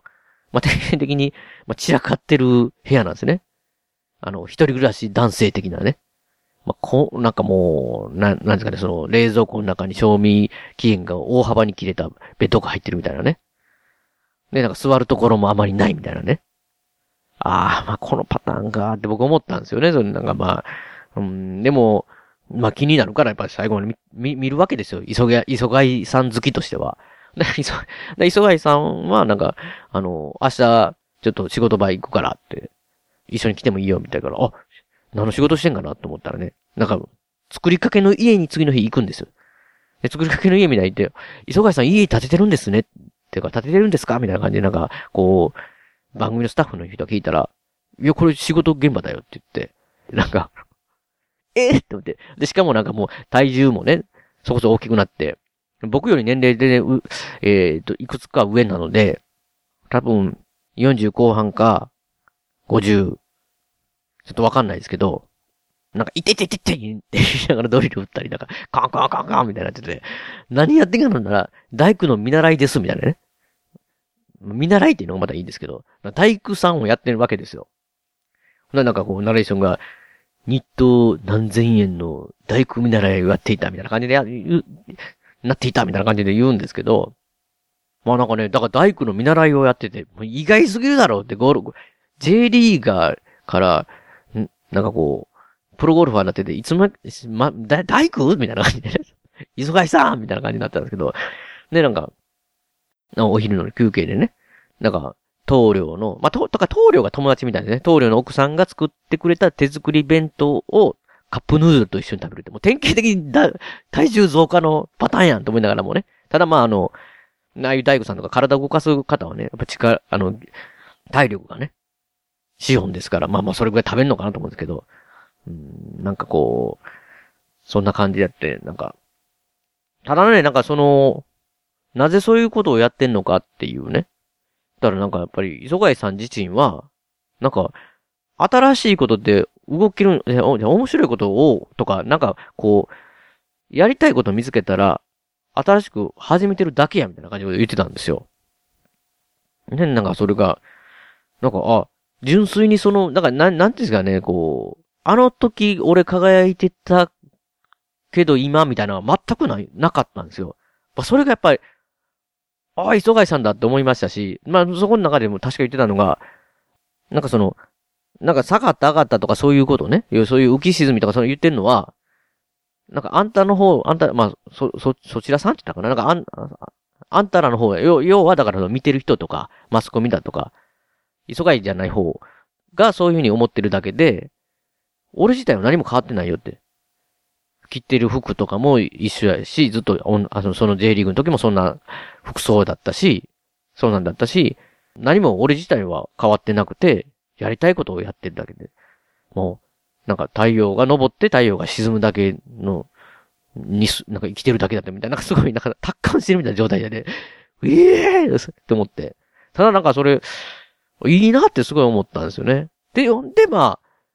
まあ、典型的に、まあ、散らかってる部屋なんですね。一人暮らし男性的なね。まあ、なんかもう、なんですかね、その、冷蔵庫の中に賞味期限が大幅に切れたベッドが入ってるみたいなね。で、なんか座るところもあまりないみたいなね。ああ、まあ、このパターンかって僕思ったんですよね。それなんかまあ、でも、まあ気になるからやっぱり最後まで見るわけですよ。磯貝さん好きとしては。磯貝さんはなんか、明日、ちょっと仕事場行くからって、一緒に来てもいいよみたいなから、あ、何の仕事してんかなと思ったらね、なんか、作りかけの家に次の日行くんですよ。で、作りかけの家みたいに言って、磯貝さん家建ててるんですねっていうか、建ててるんですかみたいな感じでなんか、こう、番組のスタッフの人が聞いたら、いや、これ仕事現場だよって言って、なんか、って思って。で、しかもなんかもう体重もね、そこそこ大きくなって、僕より年齢でね、いくつか上なので、多分、40後半か、50、ちょっとわかんないですけど、なんか、いてって言いながらドリル打ったり、なんか、カンカンカンカンみたいになってて、何やってんかなら、大工の見習いです、みたいなね。見習いっていうのがまたいいんですけど、大工さんをやってるわけですよ。なんかこう、ナレーションが、日当何千円の大工見習いをやっていたみたいな感じでなっていたみたいな感じで言うんですけど、まあなんかね、だから大工の見習いをやってて、意外すぎるだろうって、J リーガーから、なんかこう、プロゴルファーになってて、いつも、大工みたいな感じで、忙しさんみたいな感じになったんですけど、で、なんか、お昼の休憩でね、なんか、棟梁の、まあ、棟梁が友達みたいですね。棟梁の奥さんが作ってくれた手作り弁当をカップヌードルと一緒に食べるって、もう典型的に体重増加のパターンやんと思いながらもね。ただまあああいう大工さんとか体を動かす方はね、やっぱ体力がね、資本ですから、まあまあそれぐらい食べんのかなと思うんですけど、なんかこう、そんな感じやって、なんか、ただね、なんかなぜそういうことをやってんのかっていうね。だからなんかやっぱり、磯貝さん自身は、なんか、新しいことって動ける、面白いことを、とか、なんかこう、やりたいことを見つけたら、新しく始めてるだけや、みたいな感じで言ってたんですよ。で、なんかそれが、なんか、純粋になんかなんていうんですかね、こう、あの時俺輝いてたけど今みたいなのは全くなかったんですよ。それがやっぱり、磯貝さんだって思いましたし、まあ、そこの中でも確か言ってたのが、なんかなんか下がった上がったとかそういうことね。そういう浮き沈みとか言ってるのは、なんかあんた、まあ、そちらさんって言ったかななんかあんたらの方要はだから見てる人とか、マスコミだとか、磯貝じゃない方がそういうふうに思ってるだけで、俺自体は何も変わってないよって。着てる服とかも一緒やし、ずっと、その J リーグの時もそんな服装だったし、そうなんだったし、何も俺自体は変わってなくて、やりたいことをやってるだけで。もう、なんか太陽が昇って太陽が沈むだけの、なんか生きてるだけだったみたいな、なんかすごい、なんか達観してるみたいな状態でね、って思って。ただなんかそれ、いいなってすごい思ったんですよね。で、まあ、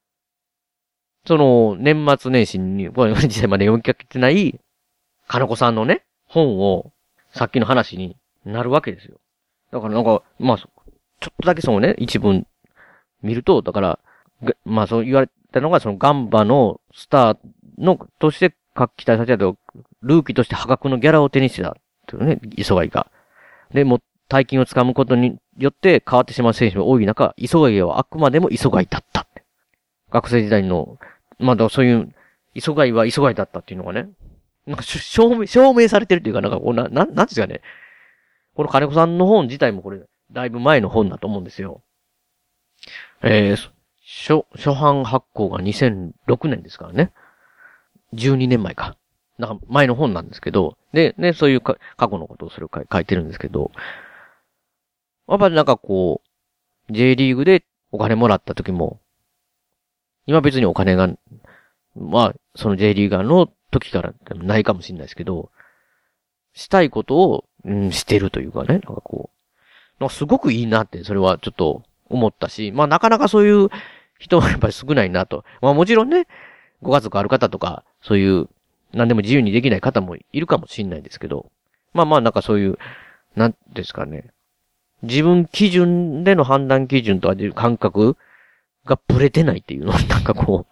年末年始に、これ実際まで読みかけてない、金子さんのね、本を、さっきの話になるわけですよ。だからなんか、まあ、ちょっとだけ一文見ると、だから、まあそう言われたのが、ガンバのスターの、として期待されたと、ルーキーとして破格のギャラを手にしてた。というね、磯貝が。で、もう、大金をつかむことによって変わってしまう選手が多い中、磯貝はあくまでも磯貝だった。学生時代の、まだそういう、磯貝は磯貝だったっていうのがね、なんか証明されてるっていうか、なんかなんですかね。この金子さんの本自体もこれ、だいぶ前の本だと思うんですよ。初版発行が2006年ですからね。12年前か。なんか前の本なんですけど、で、ね、そういう過去のことをそれを書いてるんですけど、やっぱりなんかこう、J リーグでお金もらった時も、今別にお金が、まあ、その J リーガーの時からないかもしれないですけど、したいことを、してるというかね、なんかこう、なんかすごくいいなって、それはちょっと思ったし、まあなかなかそういう人はやっぱり少ないなと。まあもちろんね、ご家族ある方とか、そういう、何でも自由にできない方もいるかもしれないですけど、まあまあなんかそういう、なんですかね、 自分基準での判断基準とは感覚がブレてないっていうの、なんかこう、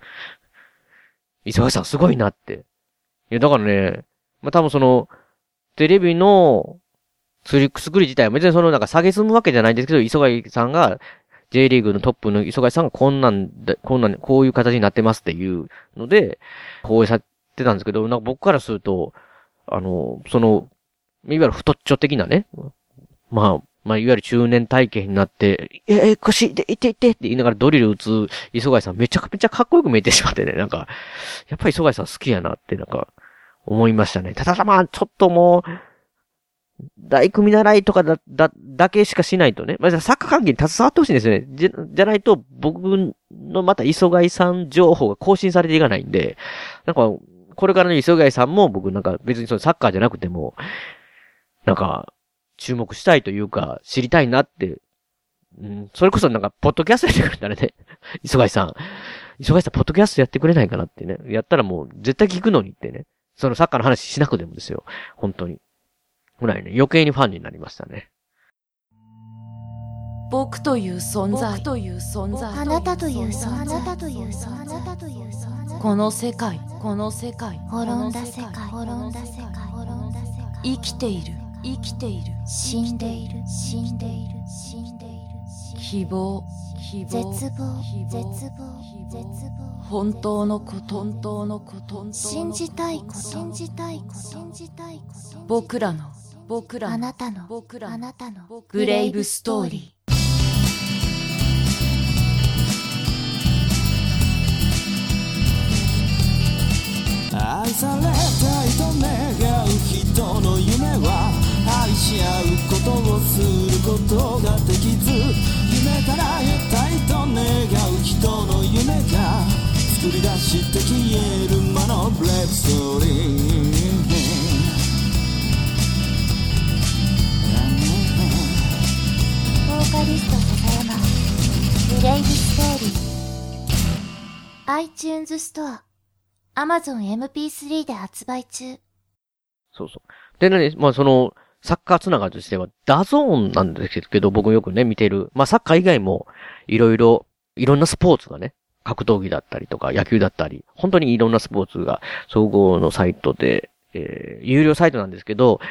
磯貝さんすごいなって。いや、だからね、まあ、多分その、テレビの作り自体は別にそのなんか下げすむわけじゃないんですけど、磯貝さんが、J リーグのトップの磯貝さんがこういう形になってますっていうので、放映されてたんですけど、なんか僕からすると、その、いわゆる太っちょ的なね、まあ、いわゆる中年体型になって、腰で、いてって言いながらドリル打つ磯貝さんめちゃくちゃかっこよく見えてしまってね、なんか、やっぱり磯貝さん好きやなってなんか、思いましたね。ただまあ、ちょっともう、大工見習いとかだけしかしないとね。まあ、サッカー関係に携わってほしいんですよね。じゃないと、僕のまた磯貝さん情報が更新されていかないんで、なんか、これからの磯貝さんも僕なんか別にそのサッカーじゃなくても、なんか、注目したいというか、知りたいなって、それこそなんか、ポッドキャストやってくれたらね、磯貝さん、ポッドキャストやってくれないかなってね。やったらもう、絶対聞くのにってね。そのサッカーの話しなくてもですよ。本当に。ぐらいね、余計にファンになりましたね。 僕という存在、 あなたという存在、 この世界、 滅んだ世界、 生きている、 死んでいる、 希望、 絶望、 本当のこと、 信じたいこと、 僕らの、 あなたの、 グレイブストーリー。 愛されたいと願う人の夢は愛し合うことをすることができず、夢から得たいと願う人の夢が作り出して消える魔のブレイブストーリー。 ボーカリスト笹山、グレイブストーリー。iTunes ストア、Amazon MP3 で発売中。 そうそう。でね、まあその、サッカーつながりとしては、ダゾーンなんですけど、僕よくね、見てる。まあサッカー以外も、いろんなスポーツがね、格闘技だったりとか、野球だったり、本当にいろんなスポーツが、総合のサイトで、有料サイトなんですけど、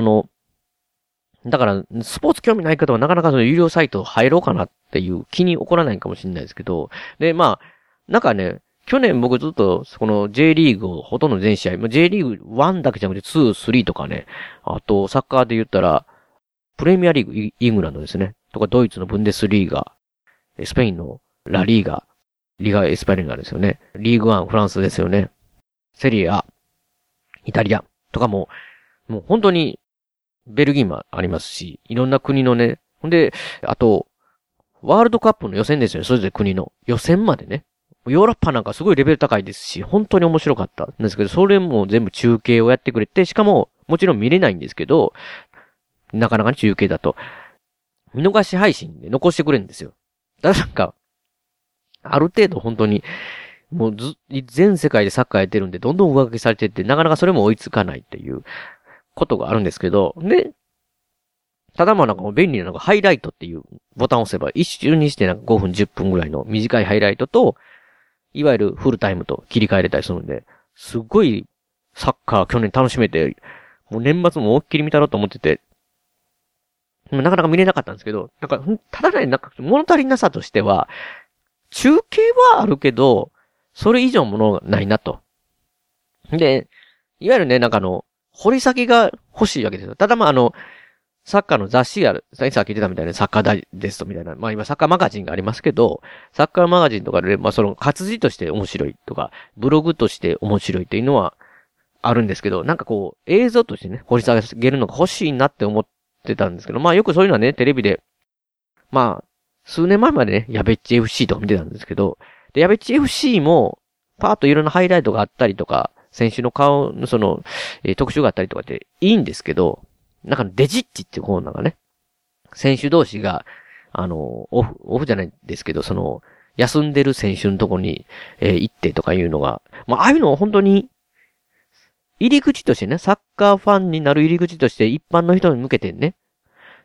だから、スポーツ興味ない方はなかなかその有料サイト入ろうかなっていう気に起こらないかもしれないですけど、で、まあ、なんかね、去年僕ずっと、この J リーグをほとんど全試合、J リーグ1だけじゃなくて2、3とかね、あとサッカーで言ったら、プレミアリーグ、イングランドですね。とかドイツのブンデスリーガ、スペインのラリーガ、リガエスパニョーラですよね。リーグ1、フランスですよね。セリエ A、イタリアとかもう本当に、ベルギーもありますし、いろんな国のね、ほんで、あと、ワールドカップの予選ですよね。それぞれ国の予選までね。ヨーロッパなんかすごいレベル高いですし、本当に面白かったんですけど、それも全部中継をやってくれて、しかも、もちろん見れないんですけど、なかなか中継だと、見逃し配信で残してくれるんですよ。だからなんか、ある程度本当に、もう全世界でサッカーやってるんで、どんどん上書きされてって、なかなかそれも追いつかないっていうことがあるんですけど、で、ただまあなんか便利なのがハイライトっていうボタンを押せば、一瞬にしてなんか5分10分ぐらいの短いハイライトと、いわゆるフルタイムと切り替えれたりするんで、すっごいサッカー去年楽しめて、もう年末も大っきり見たろうと思ってて、なかなか見れなかったんですけど、なんか、ただね、なんか物足りなさとしては、中継はあるけど、それ以上ものがないなと。で、いわゆるね、なんか掘り先が欲しいわけですよ。ただまあサッカーの雑誌がある。さっき言ってたみたいなサッカーダイジェストみたいな。まあ今サッカーマガジンがありますけど、サッカーマガジンとかで、まあその活字として面白いとか、ブログとして面白いっていうのはあるんですけど、なんかこう映像としてね、掘り下げるのが欲しいなって思ってたんですけど、まあよくそういうのはね、テレビで、まあ、数年前までね、やべっち FC とか見てたんですけど、で、やべっち FC も、パーッといろんなハイライトがあったりとか、選手の顔の特集があったりとかっていいんですけど、なんかデジッチっていうコーナーがね、選手同士が、オフじゃないですけど、休んでる選手のとこに、行ってとかいうのが、まあ、ああいうのを本当に、入り口としてね、サッカーファンになる入り口として一般の人に向けてね、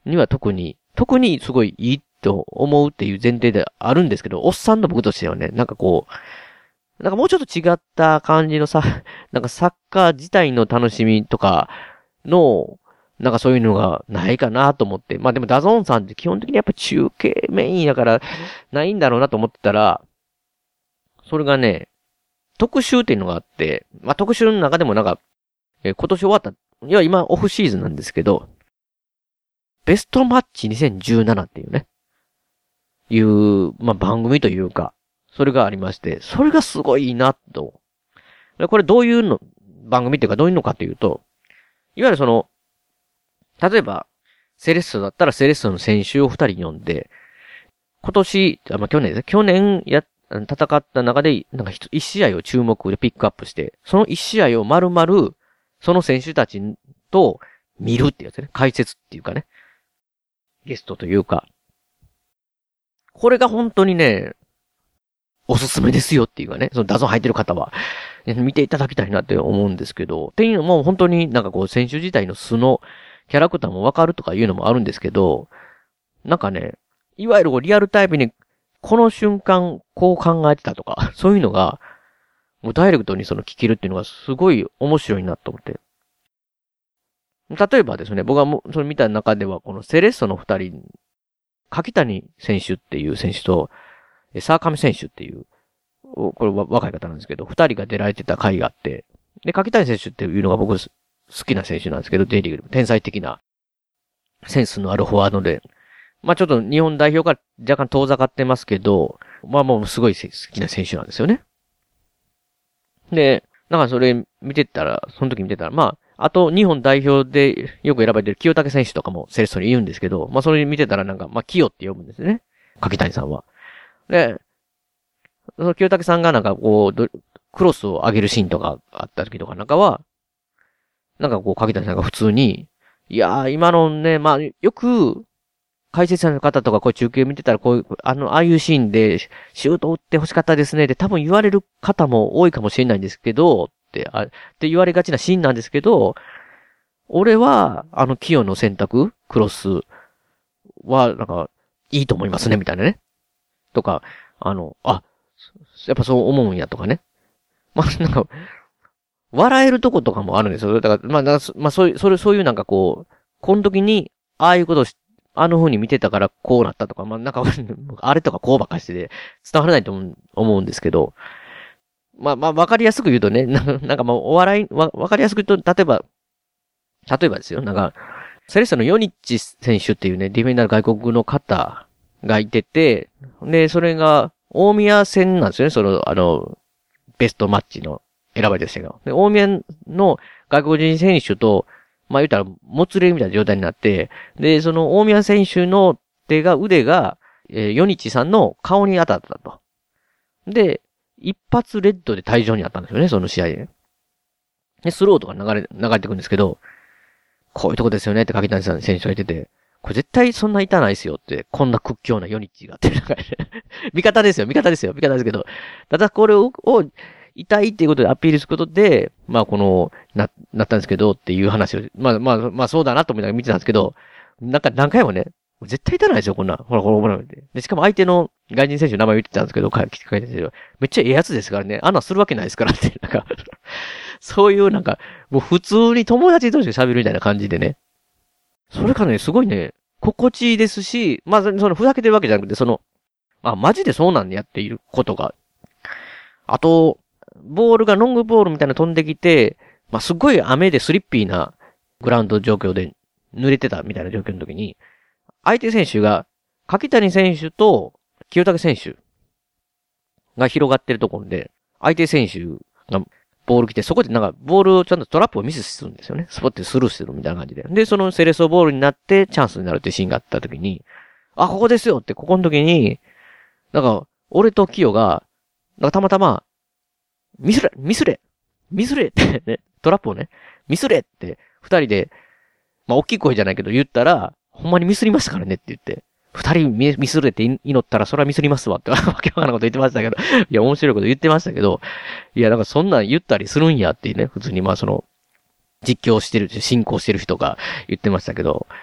には特にすごいいいと思うっていう前提であるんですけど、おっさんの僕としてはね、なんかこう、なんかもうちょっと違った感じのなんかサッカー自体の楽しみとかの、なんかそういうのがないかなと思って。まあでもダゾーンさんって基本的にやっぱ中継メインだからないんだろうなと思ってたら、それがね、特集っていうのがあって、まあ特集の中でもなんか、今年終わった、いや今オフシーズンなんですけど、ベストマッチ2017っていうね、まあ番組というか、それがありまして、それがすごいいいなと。これどういうの、番組っていうかどういうのかというと、いわゆるその、例えば、セレッソだったらセレッソの選手を2人呼んで、今年、まあ、去年ですね。去年戦った中で、なんか1試合を注目でピックアップして、その1試合を丸々、その選手たちと見るっていうやつね。解説っていうかね。ゲストというか。これが本当にね、おすすめですよっていうかね。そのダゾーン入ってる方は、見ていただきたいなって思うんですけど、っていうのも本当になんかこう選手自体の素のキャラクターもわかるとかいうのもあるんですけど、なんかね、いわゆるこうリアルタイプにこの瞬間こう考えてたとか、そういうのがもうダイレクトにその聞けるっていうのがすごい面白いなと思って。例えばですね、僕がそれ見た中ではこのセレッソの二人、柿谷選手っていう選手と沢上選手っていう、これは若い方なんですけど、二人が出られてた回があって、で、柿谷選手っていうのが僕好きな選手なんですけど、Jリーグでも天才的なセンスのあるフォワードで、まあちょっと日本代表から若干遠ざかってますけど、まあもうすごい好きな選手なんですよね。で、なんかそれ見てたら、その時見てたら、まあ、あと日本代表でよく選ばれてる清武選手とかもセレッソに言うんですけど、まあそれ見てたらなんか、まあ清って呼ぶんですね。柿谷さんは。で、その清武さんがなんかこう、クロスを上げるシーンとかあった時とかなんかは、なんかこう、柿谷さんが普通に、いやー、今のね、まあ、よく、解説者の方とかこう中継見てたらこういう、ああいうシーンで、シュート打って欲しかったですねって多分言われる方も多いかもしれないんですけど、って言われがちなシーンなんですけど、俺は、清の選択、クロスは、なんか、いいと思いますね、みたいなね。とか、やっぱそう思うんやとかね。まあ、なんか、笑えるとことかもあるんですよ。だから、まあ、そういうなんかこう、この時に、ああいうことを風に見てたからこうなったとか、まあ、なんか、あれとかこうばっかしてで伝わらないと思うんですけど、まあ、わかりやすく言うとね、なんかまあ、わかりやすく言うと、例えばですよ、なんか、セレッソのヨニッチ選手っていうね、ディフェンダー外国の方がいてて、で、それが、大宮戦なんですよね、ベストマッチの選ばれてましたけど。で、大宮の外国人選手と、まあ言うたら、もつれみたいな状態になって、で、その大宮選手の腕が、ヨニッチさんの顔に当たったと。で、一発レッドで退場にあったんですよね、その試合で。で、スローとか流れてくるんですけど、こういうとこですよねって柿谷さん選手が言ってて、これ絶対そんな痛ないですよって、こんな屈強なヨニッチがって、味方ですけど、ただこれを痛いっていうことでアピールすることで、まあなったんですけどっていう話を、まあそうだなと思いながら見てたんですけど、なんか何回もね、絶対痛ないですよ、こんな。ほら、で、しかも相手の外人選手の名前言ってたんですけど、めっちゃええやつですからね、あんなするわけないですからって、なんか、そういうなんか、もう普通に友達同士で喋るみたいな感じでね。それからね、すごいね、心地いいですし、まあ、ふざけてるわけじゃなくて、マジでそうなんやっていうことが。あと、ボールがロングボールみたいなの飛んできて、まあ、すごい雨でスリッピーなグラウンド状況で濡れてたみたいな状況の時に、相手選手が、柿谷選手と清武選手が広がってるところで、相手選手がボール来て、そこでなんかボールをちゃんとトラップをミスするんですよね。スポッてスルーしてるみたいな感じで。で、そのセレッソボールになってチャンスになるっていうシーンがあった時に、あ、ここですよって、ここの時に、なんか、俺と清が、なんかたまたま、ミスれってね、トラップをね、ミスれって二人で、まあ大きい声じゃないけど言ったら、ほんまにミスりましたからねって言って、二人ミスれって祈ったらそれはミスりますわってわけわからんこと言ってましたけど、いや面白いこと言ってましたけど、いやなんかそんなん言ったりするんやっていうね、普通にまあ実況してる、進行してる人が言ってましたけど、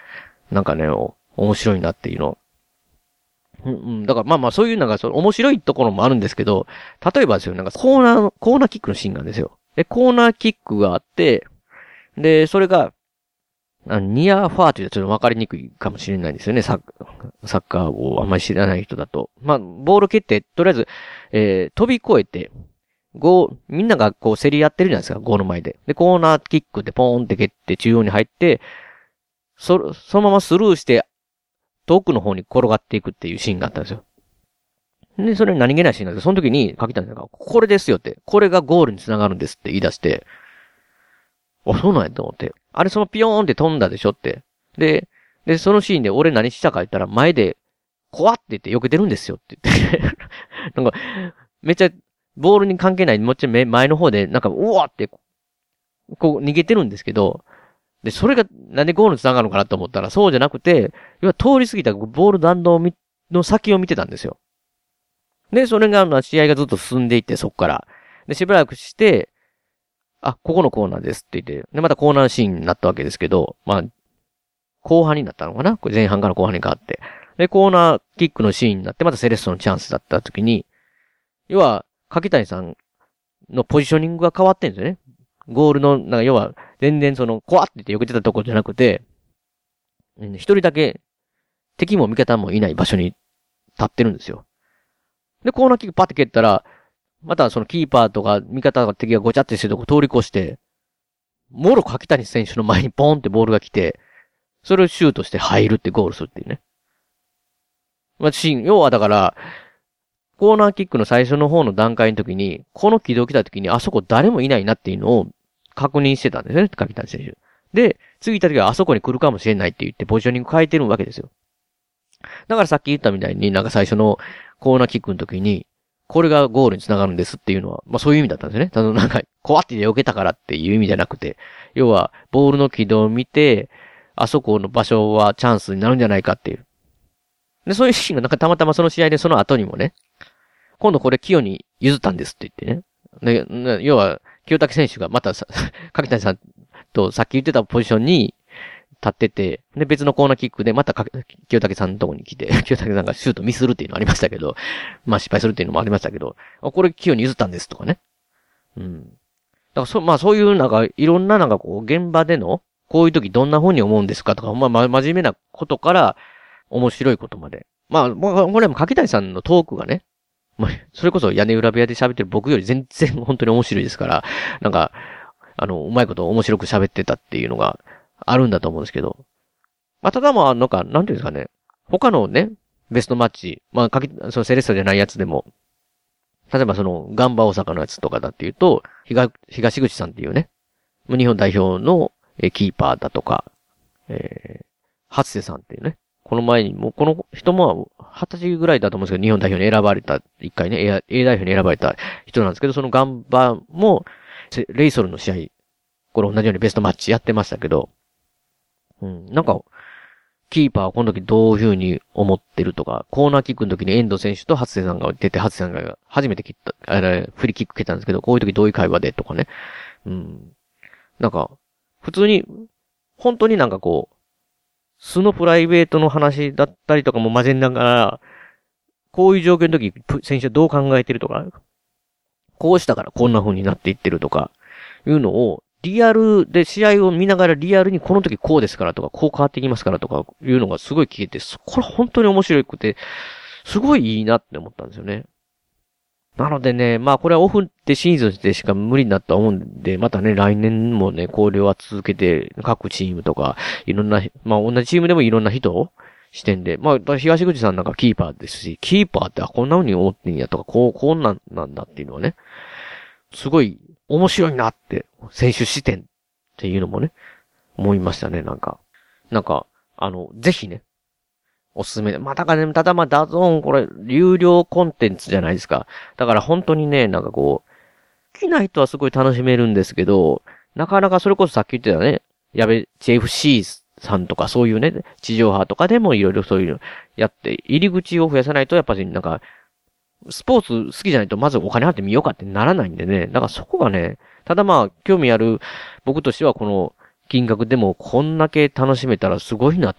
なんかね、面白いなっていうの。だからまあそういうなんか面白いところもあるんですけど、例えばですよ、なんかコーナーキックのシーンがあるんですよ。で、コーナーキックがあって、で、それが、ニアファーというとちょっと分かりにくいかもしれないんですよね。サッカーをあんまり知らない人だと。まあ、ボール蹴って、とりあえず、飛び越えて、みんながこう競り合ってるじゃないですか、ゴール前で。で、コーナーキックでポーンって蹴って中央に入って、そのままスルーして、遠くの方に転がっていくっていうシーンがあったんですよ。で、それ何気ないシーンなんですけど、その時に書きたんですが、これですよって、これがゴールに繋がるんですって言い出して、そうなんやと思って。あれそのピヨーンって飛んだでしょって。で、そのシーンで俺何したか言ったら、前で、怖って言って避けてるんですよって言って。なんか、めっちゃ、ボールに関係ない、もちろん前の方で、なんか、うわって、こう逃げてるんですけど、で、それがなんでゴールに繋がるのかなと思ったら、そうじゃなくて、要は通り過ぎたボール弾道の先を見てたんですよ。で、それが、試合がずっと進んでいって、そっから。で、しばらくして、ここのコーナーですって言って、で、またコーナーシーンになったわけですけど、まあ、後半になったのかな？これ前半から後半に変わって。で、コーナーキックのシーンになって、またセレッソのチャンスだった時に、要は、柿谷さんのポジショニングが変わってんですよね。ゴールの、なんか要は、全然怖って言って避けてたところじゃなくて、一人だけ、敵も味方もいない場所に立ってるんですよ。で、コーナーキックパッて蹴ったら、またそのキーパーとか味方とか敵がごちゃってしてるとこ通り越して、もろ柿谷選手の前にポーンってボールが来て、それをシュートして入るってゴールするっていうね。まあ、要はだから、コーナーキックの最初の方の段階の時に、この軌道来た時に、あそこ誰もいないなっていうのを確認してたんですよね、柿谷選手。で、次行った時はあそこに来るかもしれないって言ってポジショニング変えてるわけですよ。だからさっき言ったみたいになんか最初のコーナーキックの時に、これがゴールに繋がるんですっていうのは、まあそういう意味だったんですよね。なんか、怖って避けたからっていう意味じゃなくて、要は、ボールの軌道を見て、あそこの場所はチャンスになるんじゃないかっていう。で、そういうシーンがなんかたまたまその試合でその後にもね、今度これ清に譲ったんですって言ってね。で、要は、清武選手がまた柿谷さんとさっき言ってたポジションに立ってて、で、別のコーナーキックでまた清武さんのとこに来て、清武さんがシュートミスるっていうのありましたけど、まあ失敗するっていうのもありましたけど、これ清に譲ったんですとかね。だからまあそういうなんか、いろんななんかこう、現場での、こういう時どんな風に思うんですかとか、まあ真面目なことから、面白いことまで。まあ、これも柿谷さんのトークがね、それこそ屋根裏部屋で喋ってる僕より全然本当に面白いですから、なんか、うまいこと面白く喋ってたっていうのがあるんだと思うんですけど。まあ、ただまあ、なんか、なんていうんですかね。他のね、ベストマッチ、まあ、そのセレッソじゃないやつでも、例えばガンバ大阪のやつとかだっていうと、東口さんっていうね、日本代表のキーパーだとか、初瀬さんっていうね、この前にも、この人も20歳ぐらいだと思うんですけど、日本代表に選ばれた、一回ね、A 代表に選ばれた人なんですけど、そのガンバも、レイソルの試合、これ同じようにベストマッチやってましたけど、なんか、キーパーはこの時どういう風に思ってるとか、コーナーキックの時に遠藤選手と初瀬さんが出て、初瀬さんが初めてフリーキック蹴ったんですけど、こういう時どういう会話でとかね。なんか、普通に、本当になんかこう、素のプライベートの話だったりとかも混ぜながら、こういう状況の時、選手はどう考えてるとか、こうしたからこんな風になっていってるとか、いうのを、リアルで試合を見ながらリアルにこの時こうですからとか、こう変わっていきますからとか、いうのがすごい聞けて、これ本当に面白くて、すごいいいなって思ったんですよね。なのでね、まあこれはオフでシーズンでしか無理だと思うんで、またね、来年もね、交流は続けて、各チームとか、いろんな、まあ同じチームでもいろんな人を視点で、まあ東口さんなんかキーパーですし、キーパーってこんな風に思ってんやとか、こんなんだっていうのはね、すごい面白いなって、選手視点っていうのもね、思いましたね、なんか、ぜひね、おすすめで。まあ、だからね、ただまあ、ダゾーン、これ、有料コンテンツじゃないですか。だから本当にね、なんかこう、好きな人はすごい楽しめるんですけど、なかなかそれこそさっき言ってたね、JFC さんとかそういうね、地上波とかでもいろいろそういうのやって、入り口を増やさないと、やっぱりなんか、スポーツ好きじゃないとまずお金払ってみようかってならないんでね。だからそこがね、ただまあ、興味ある僕としてはこの金額でもこんだけ楽しめたらすごいなと。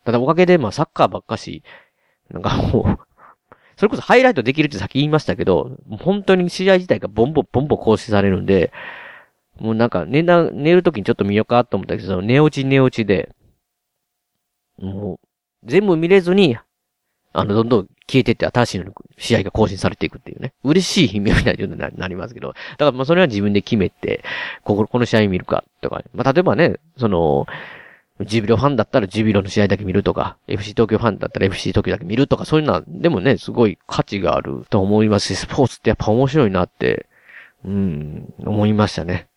ただおかげで、まあサッカーばっかし、なんかもう、それこそハイライトできるってさっき言いましたけど、本当に試合自体がボンボン更新されるんで、もうなんか寝るときにちょっと見ようかと思ったけど、寝落ちで、もう、全部見れずに、どんどん消えてって新しいの試合が更新されていくっていうね。嬉しい悲鳴みたいになりますけど。だからまあそれは自分で決めて、この試合見るかとか、まあ例えばね、ジュビロファンだったらジュビロの試合だけ見るとか、FC 東京ファンだったら FC 東京だけ見るとか、そういうのは、でもね、すごい価値があると思いますし、スポーツってやっぱ面白いなって、思いましたね。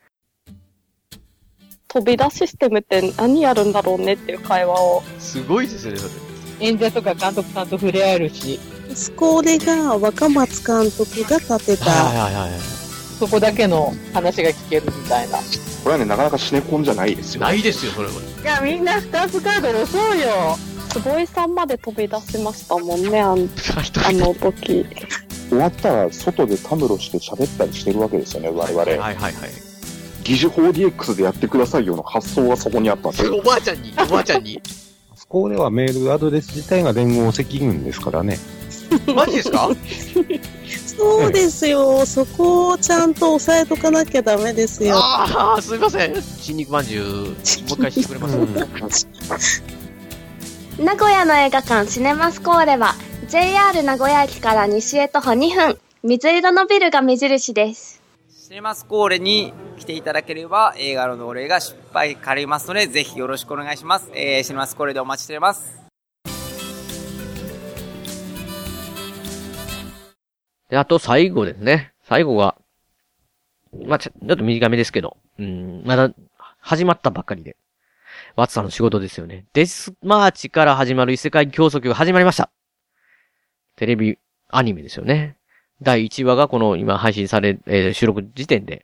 飛び出システムって何やるんだろうねっていう会話を。 すごいですよね、それ。 演者とか監督さんと触れ合えるし。 スコーレが若松監督が立てた。 そこだけの話が聞けるみたいな。 これはね、なかなかシネコンじゃないですよ。 ないですよ、それは。 いや、みんなスタンプカード押そうよ。 坪井さんまで飛び出しましたもんね、あの時。 終わったら外でたむろして喋ったりしてるわけですよね、我々。 はい。 疑似 4DX でやってくださいよの発想がそこにあったんですよ。 おばあちゃんに。 そこではメールアドレス自体が連合赤軍ですからね。 マジですか？ そうですよ。そこをちゃんと押さえとかなきゃダメですよ。 ああ、すいません。新肉まんじゅう、もう一回してくれます名古屋の映画館シネマスコーレは JR 名古屋駅から西へ徒歩2分、水色のビルが目印です。 シネマスコーレに来ていただければ映画の同例が失敗かりますので、ぜひよろしくお願いします。シネマスコーレでお待ちしています。 で、あと最後ですね。最後は、まあ、ちょっと短めですけど、まだ始まったばっかりで。ワッツさんの仕事ですよね。デスマーチから始まる異世界競争曲が始まりました。テレビアニメですよね。第1話がこの今配信され、収録時点で、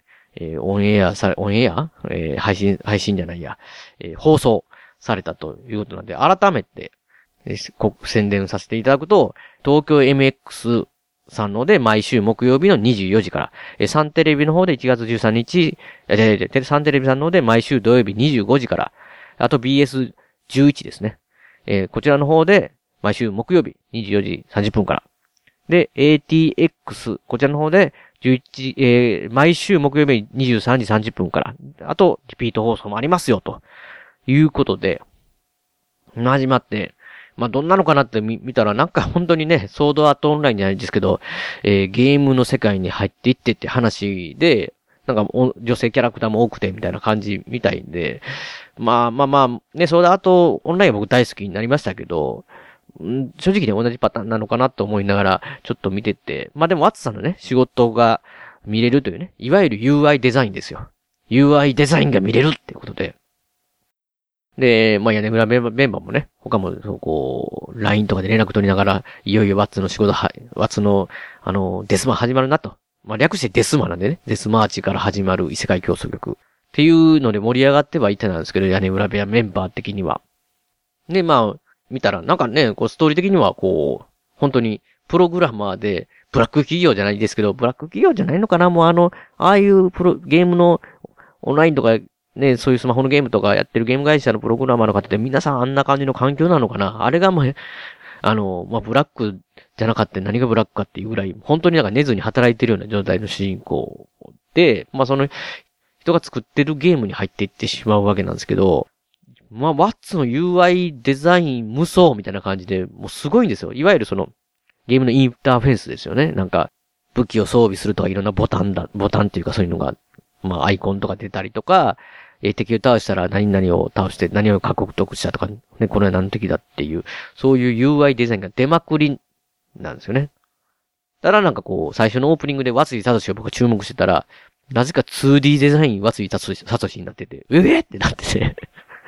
配信じゃないや、放送されたということなんで、改めて、宣伝させていただくと、東京 MX さんので毎週木曜日の24時から、サンテレビの方で1月13日、サンテレビさんの方で毎週土曜日25時から、あと BS11 ですね。こちらの方で毎週木曜日24時30分から。で、ATX、こちらの方で毎週木曜日23時30分から。あと、リピート放送もありますよ、ということで、始まって、まあ、どんなのかなって見たらなんか本当にね、ソードアートオンラインじゃないですけど、ゲームの世界に入っていってって話で、なんか女性キャラクターも多くてみたいな感じみたいんで、まあ、ね、ソードアートオンラインは僕大好きになりましたけど、正直ね、同じパターンなのかなと思いながら、ちょっと見てて、まあでも、ワッツさんのね、仕事が見れるというね、いわゆる UI デザインですよ。UI デザインが見れるっていうことで。で、まあ、屋根裏メンバーもね、他も、LINE とかで連絡取りながら、いよいよワッツの仕事ワッツの、デスマ始まるなと。まあ、略してデスマなんでね、デスマーチから始まる異世界競争曲。っていうので盛り上がってはいたんですけど、屋根裏部屋メンバー的には。で、まあ、見たら、なんかね、ストーリー的には本当に、プログラマーで、ブラック企業じゃないですけど、ブラック企業じゃないのかな、もうああいうゲームの、オンラインとか、ね、そういうスマホのゲームとかやってるゲーム会社のプログラマーの方って皆さんあんな感じの環境なのかな。あれがまあ、ブラックじゃなかった何がブラックかっていうぐらい、本当になんか寝ずに働いてるような状態の主人公で、まあその人が作ってるゲームに入っていってしまうわけなんですけど、まあ、ワッツの UI デザイン無双みたいな感じで、もうすごいんですよ。いわゆるゲームのインターフェースですよね。なんか、武器を装備するとかいろんなボタンっていうかそういうのが、まあアイコンとか出たりとか、敵を倒したら何々を倒して何を獲得したとか、ね、これは何の敵だっていう、そういう UI デザインが出まくりなんですよね。ただなんか最初のオープニングで和井聡を僕が注目してたら、なぜか 2D デザイン和井聡になってて、ってなってて。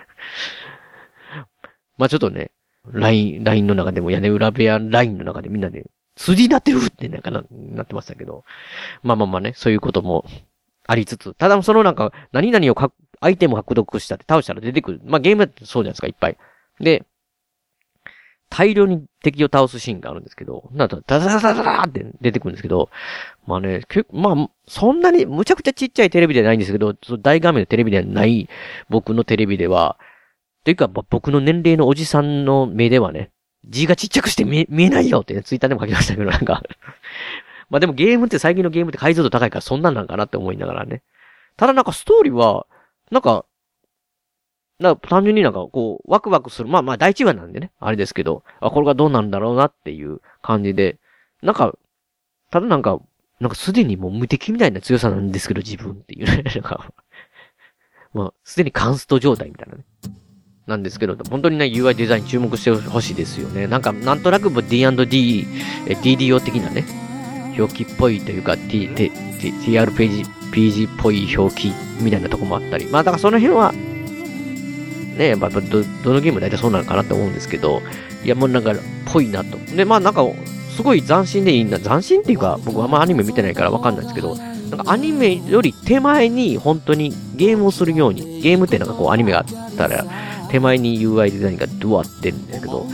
まあちょっとね、LINE の中でも屋根裏部屋 LINE の中でみんなで 2D になってるってなってましたけど。まあね、そういうこともありつつ、ただなんか、何々をアイテムを獲得したって倒したら出てくる。まあゲームだってそうじゃないですか、いっぱい。で、大量に敵を倒すシーンがあるんですけど、なんと、ダダダダダダって出てくるんですけど、まあね、まあ、そんなに、むちゃくちゃちっちゃいテレビではないんですけど、大画面のテレビではない僕のテレビでは、 というか、僕の年齢のおじさんの目ではね、字がちっちゃくして見えないよってね、ツイッターでも書きましたけど、なんか。まあでもゲームって最近のゲームって解像度高いからそんなんなんかなって思いながらね。ただなんかストーリーは、なんか単純になんかこう、ワクワクする。まあ第一話なんでね、あれですけど、これがどうなんだろうなっていう感じで、なんか、ただなんかすでにもう無敵みたいな強さなんですけど、自分っていうね。なんか、まあ、すでにカンスト状態みたいなね。なんですけど、本当にね、UI デザイン注目してほしいですよね。なんとなくD&D、DDO 的なね、表記っぽいというか、TRPG っぽい表記みたいなとこもあったり。まあ、だからその辺は、ね、やっぱどのゲーム大体そうなのかなって思うんですけど、いや、もうなんか、ぽいなと。で、まあなんか、すごい斬新でいいんだ。斬新っていうか、僕はあんまアニメ見てないからわかんないですけど、なんかアニメより手前に本当にゲームをするように、ゲームってなんかこうアニメがあったら、手前に UI デザインがドワってるんだけど、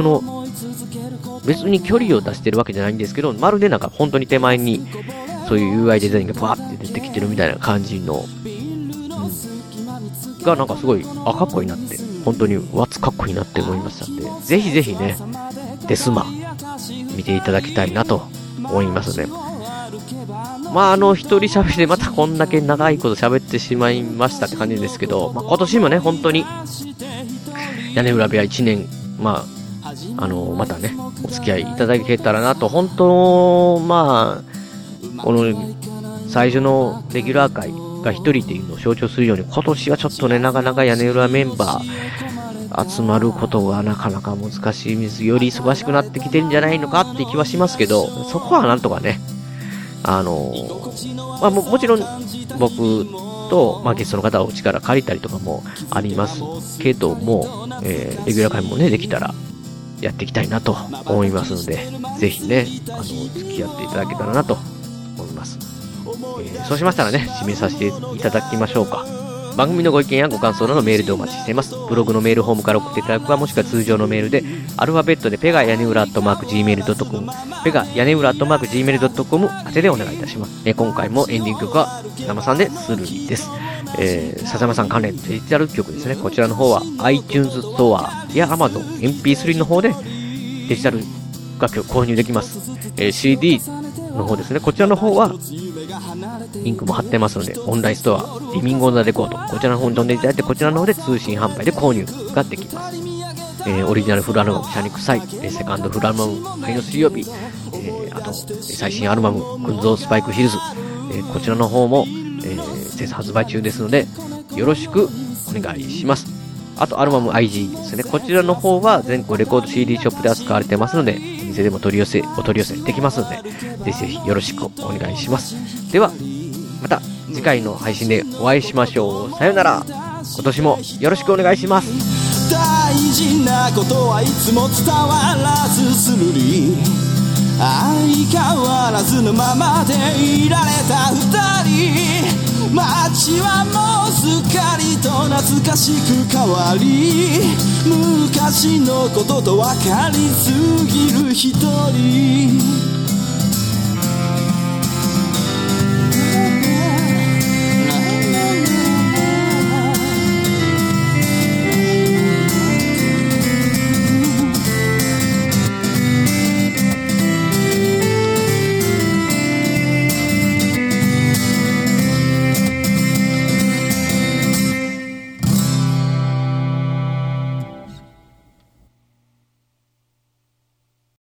別に距離を出してるわけじゃないんですけど、まるでなんか本当に手前に、そういう UI デザインがバーって出てきてるみたいな感じの、がなんかすごい、かっこいいなって、本当にかっこいいなって思いましたんで、ぜひぜひね、デスマ、見ていただきたいなと思いますね。まあ一人喋りでまたこんだけ長いこと喋ってしまいましたって感じですけど、まあ今年もね、本当に、屋根裏部屋1年、まあ、またね、お付き合いいただけたらなと、本当、まあ、この、最初のレギュラー会が一人っていうのを象徴するように、今年はちょっとね、なかなか屋根裏メンバー、集まることがなかなか難しいんです。より忙しくなってきてるんじゃないのかって気はしますけど、そこはなんとかね、まあもちろん僕と、まあゲストの方はお力借りたりとかもありますけども、レギュラー会もね、できたらやっていきたいなと思いますので、ぜひね、付き合っていただけたらなと思います。そうしましたらね、締めさせていただきましょうか。番組のご意見やご感想などメールでお待ちしています。ブログのメールフォームから送っていただくか、もしくは通常のメールで、アルファベットでペガ屋根裏@gmail.com、ペガ屋根裏@gmail.com 宛てでお願いいたします。今回もエンディング曲は笹山さんでスルリです。笹山さん関連デジタル曲ですね。こちらの方は iTunes ストアや Amazon MP3 の方でデジタル楽曲購入できます。CD の方ですね。こちらの方はリンクも貼ってますので、オンラインストア、リビングオンザレコード、こちらの方に飛んでいただいて、こちらの方で通信販売で購入ができます。オリジナルフルアルバム、シャニクサイ、セカンドフルアルバム、愛の水曜日、あと、最新アルバム、群像スパイクヒルズ、こちらの方も、生産発売中ですので、よろしくお願いします。あと、アルバム IG ですね。こちらの方は全国レコード CD ショップで扱われてますので、お店でもお取り寄せできますので、ぜひぜひよろしくお願いします。では、また次回の配信でお会いしましょう。さよなら。今年もよろしくお願いします。 大事なことはいつも伝わらずするり、相変わらずのままでいられた二人。街はもうすっかりと懐かしく変わり、昔のことと分かりすぎる一人。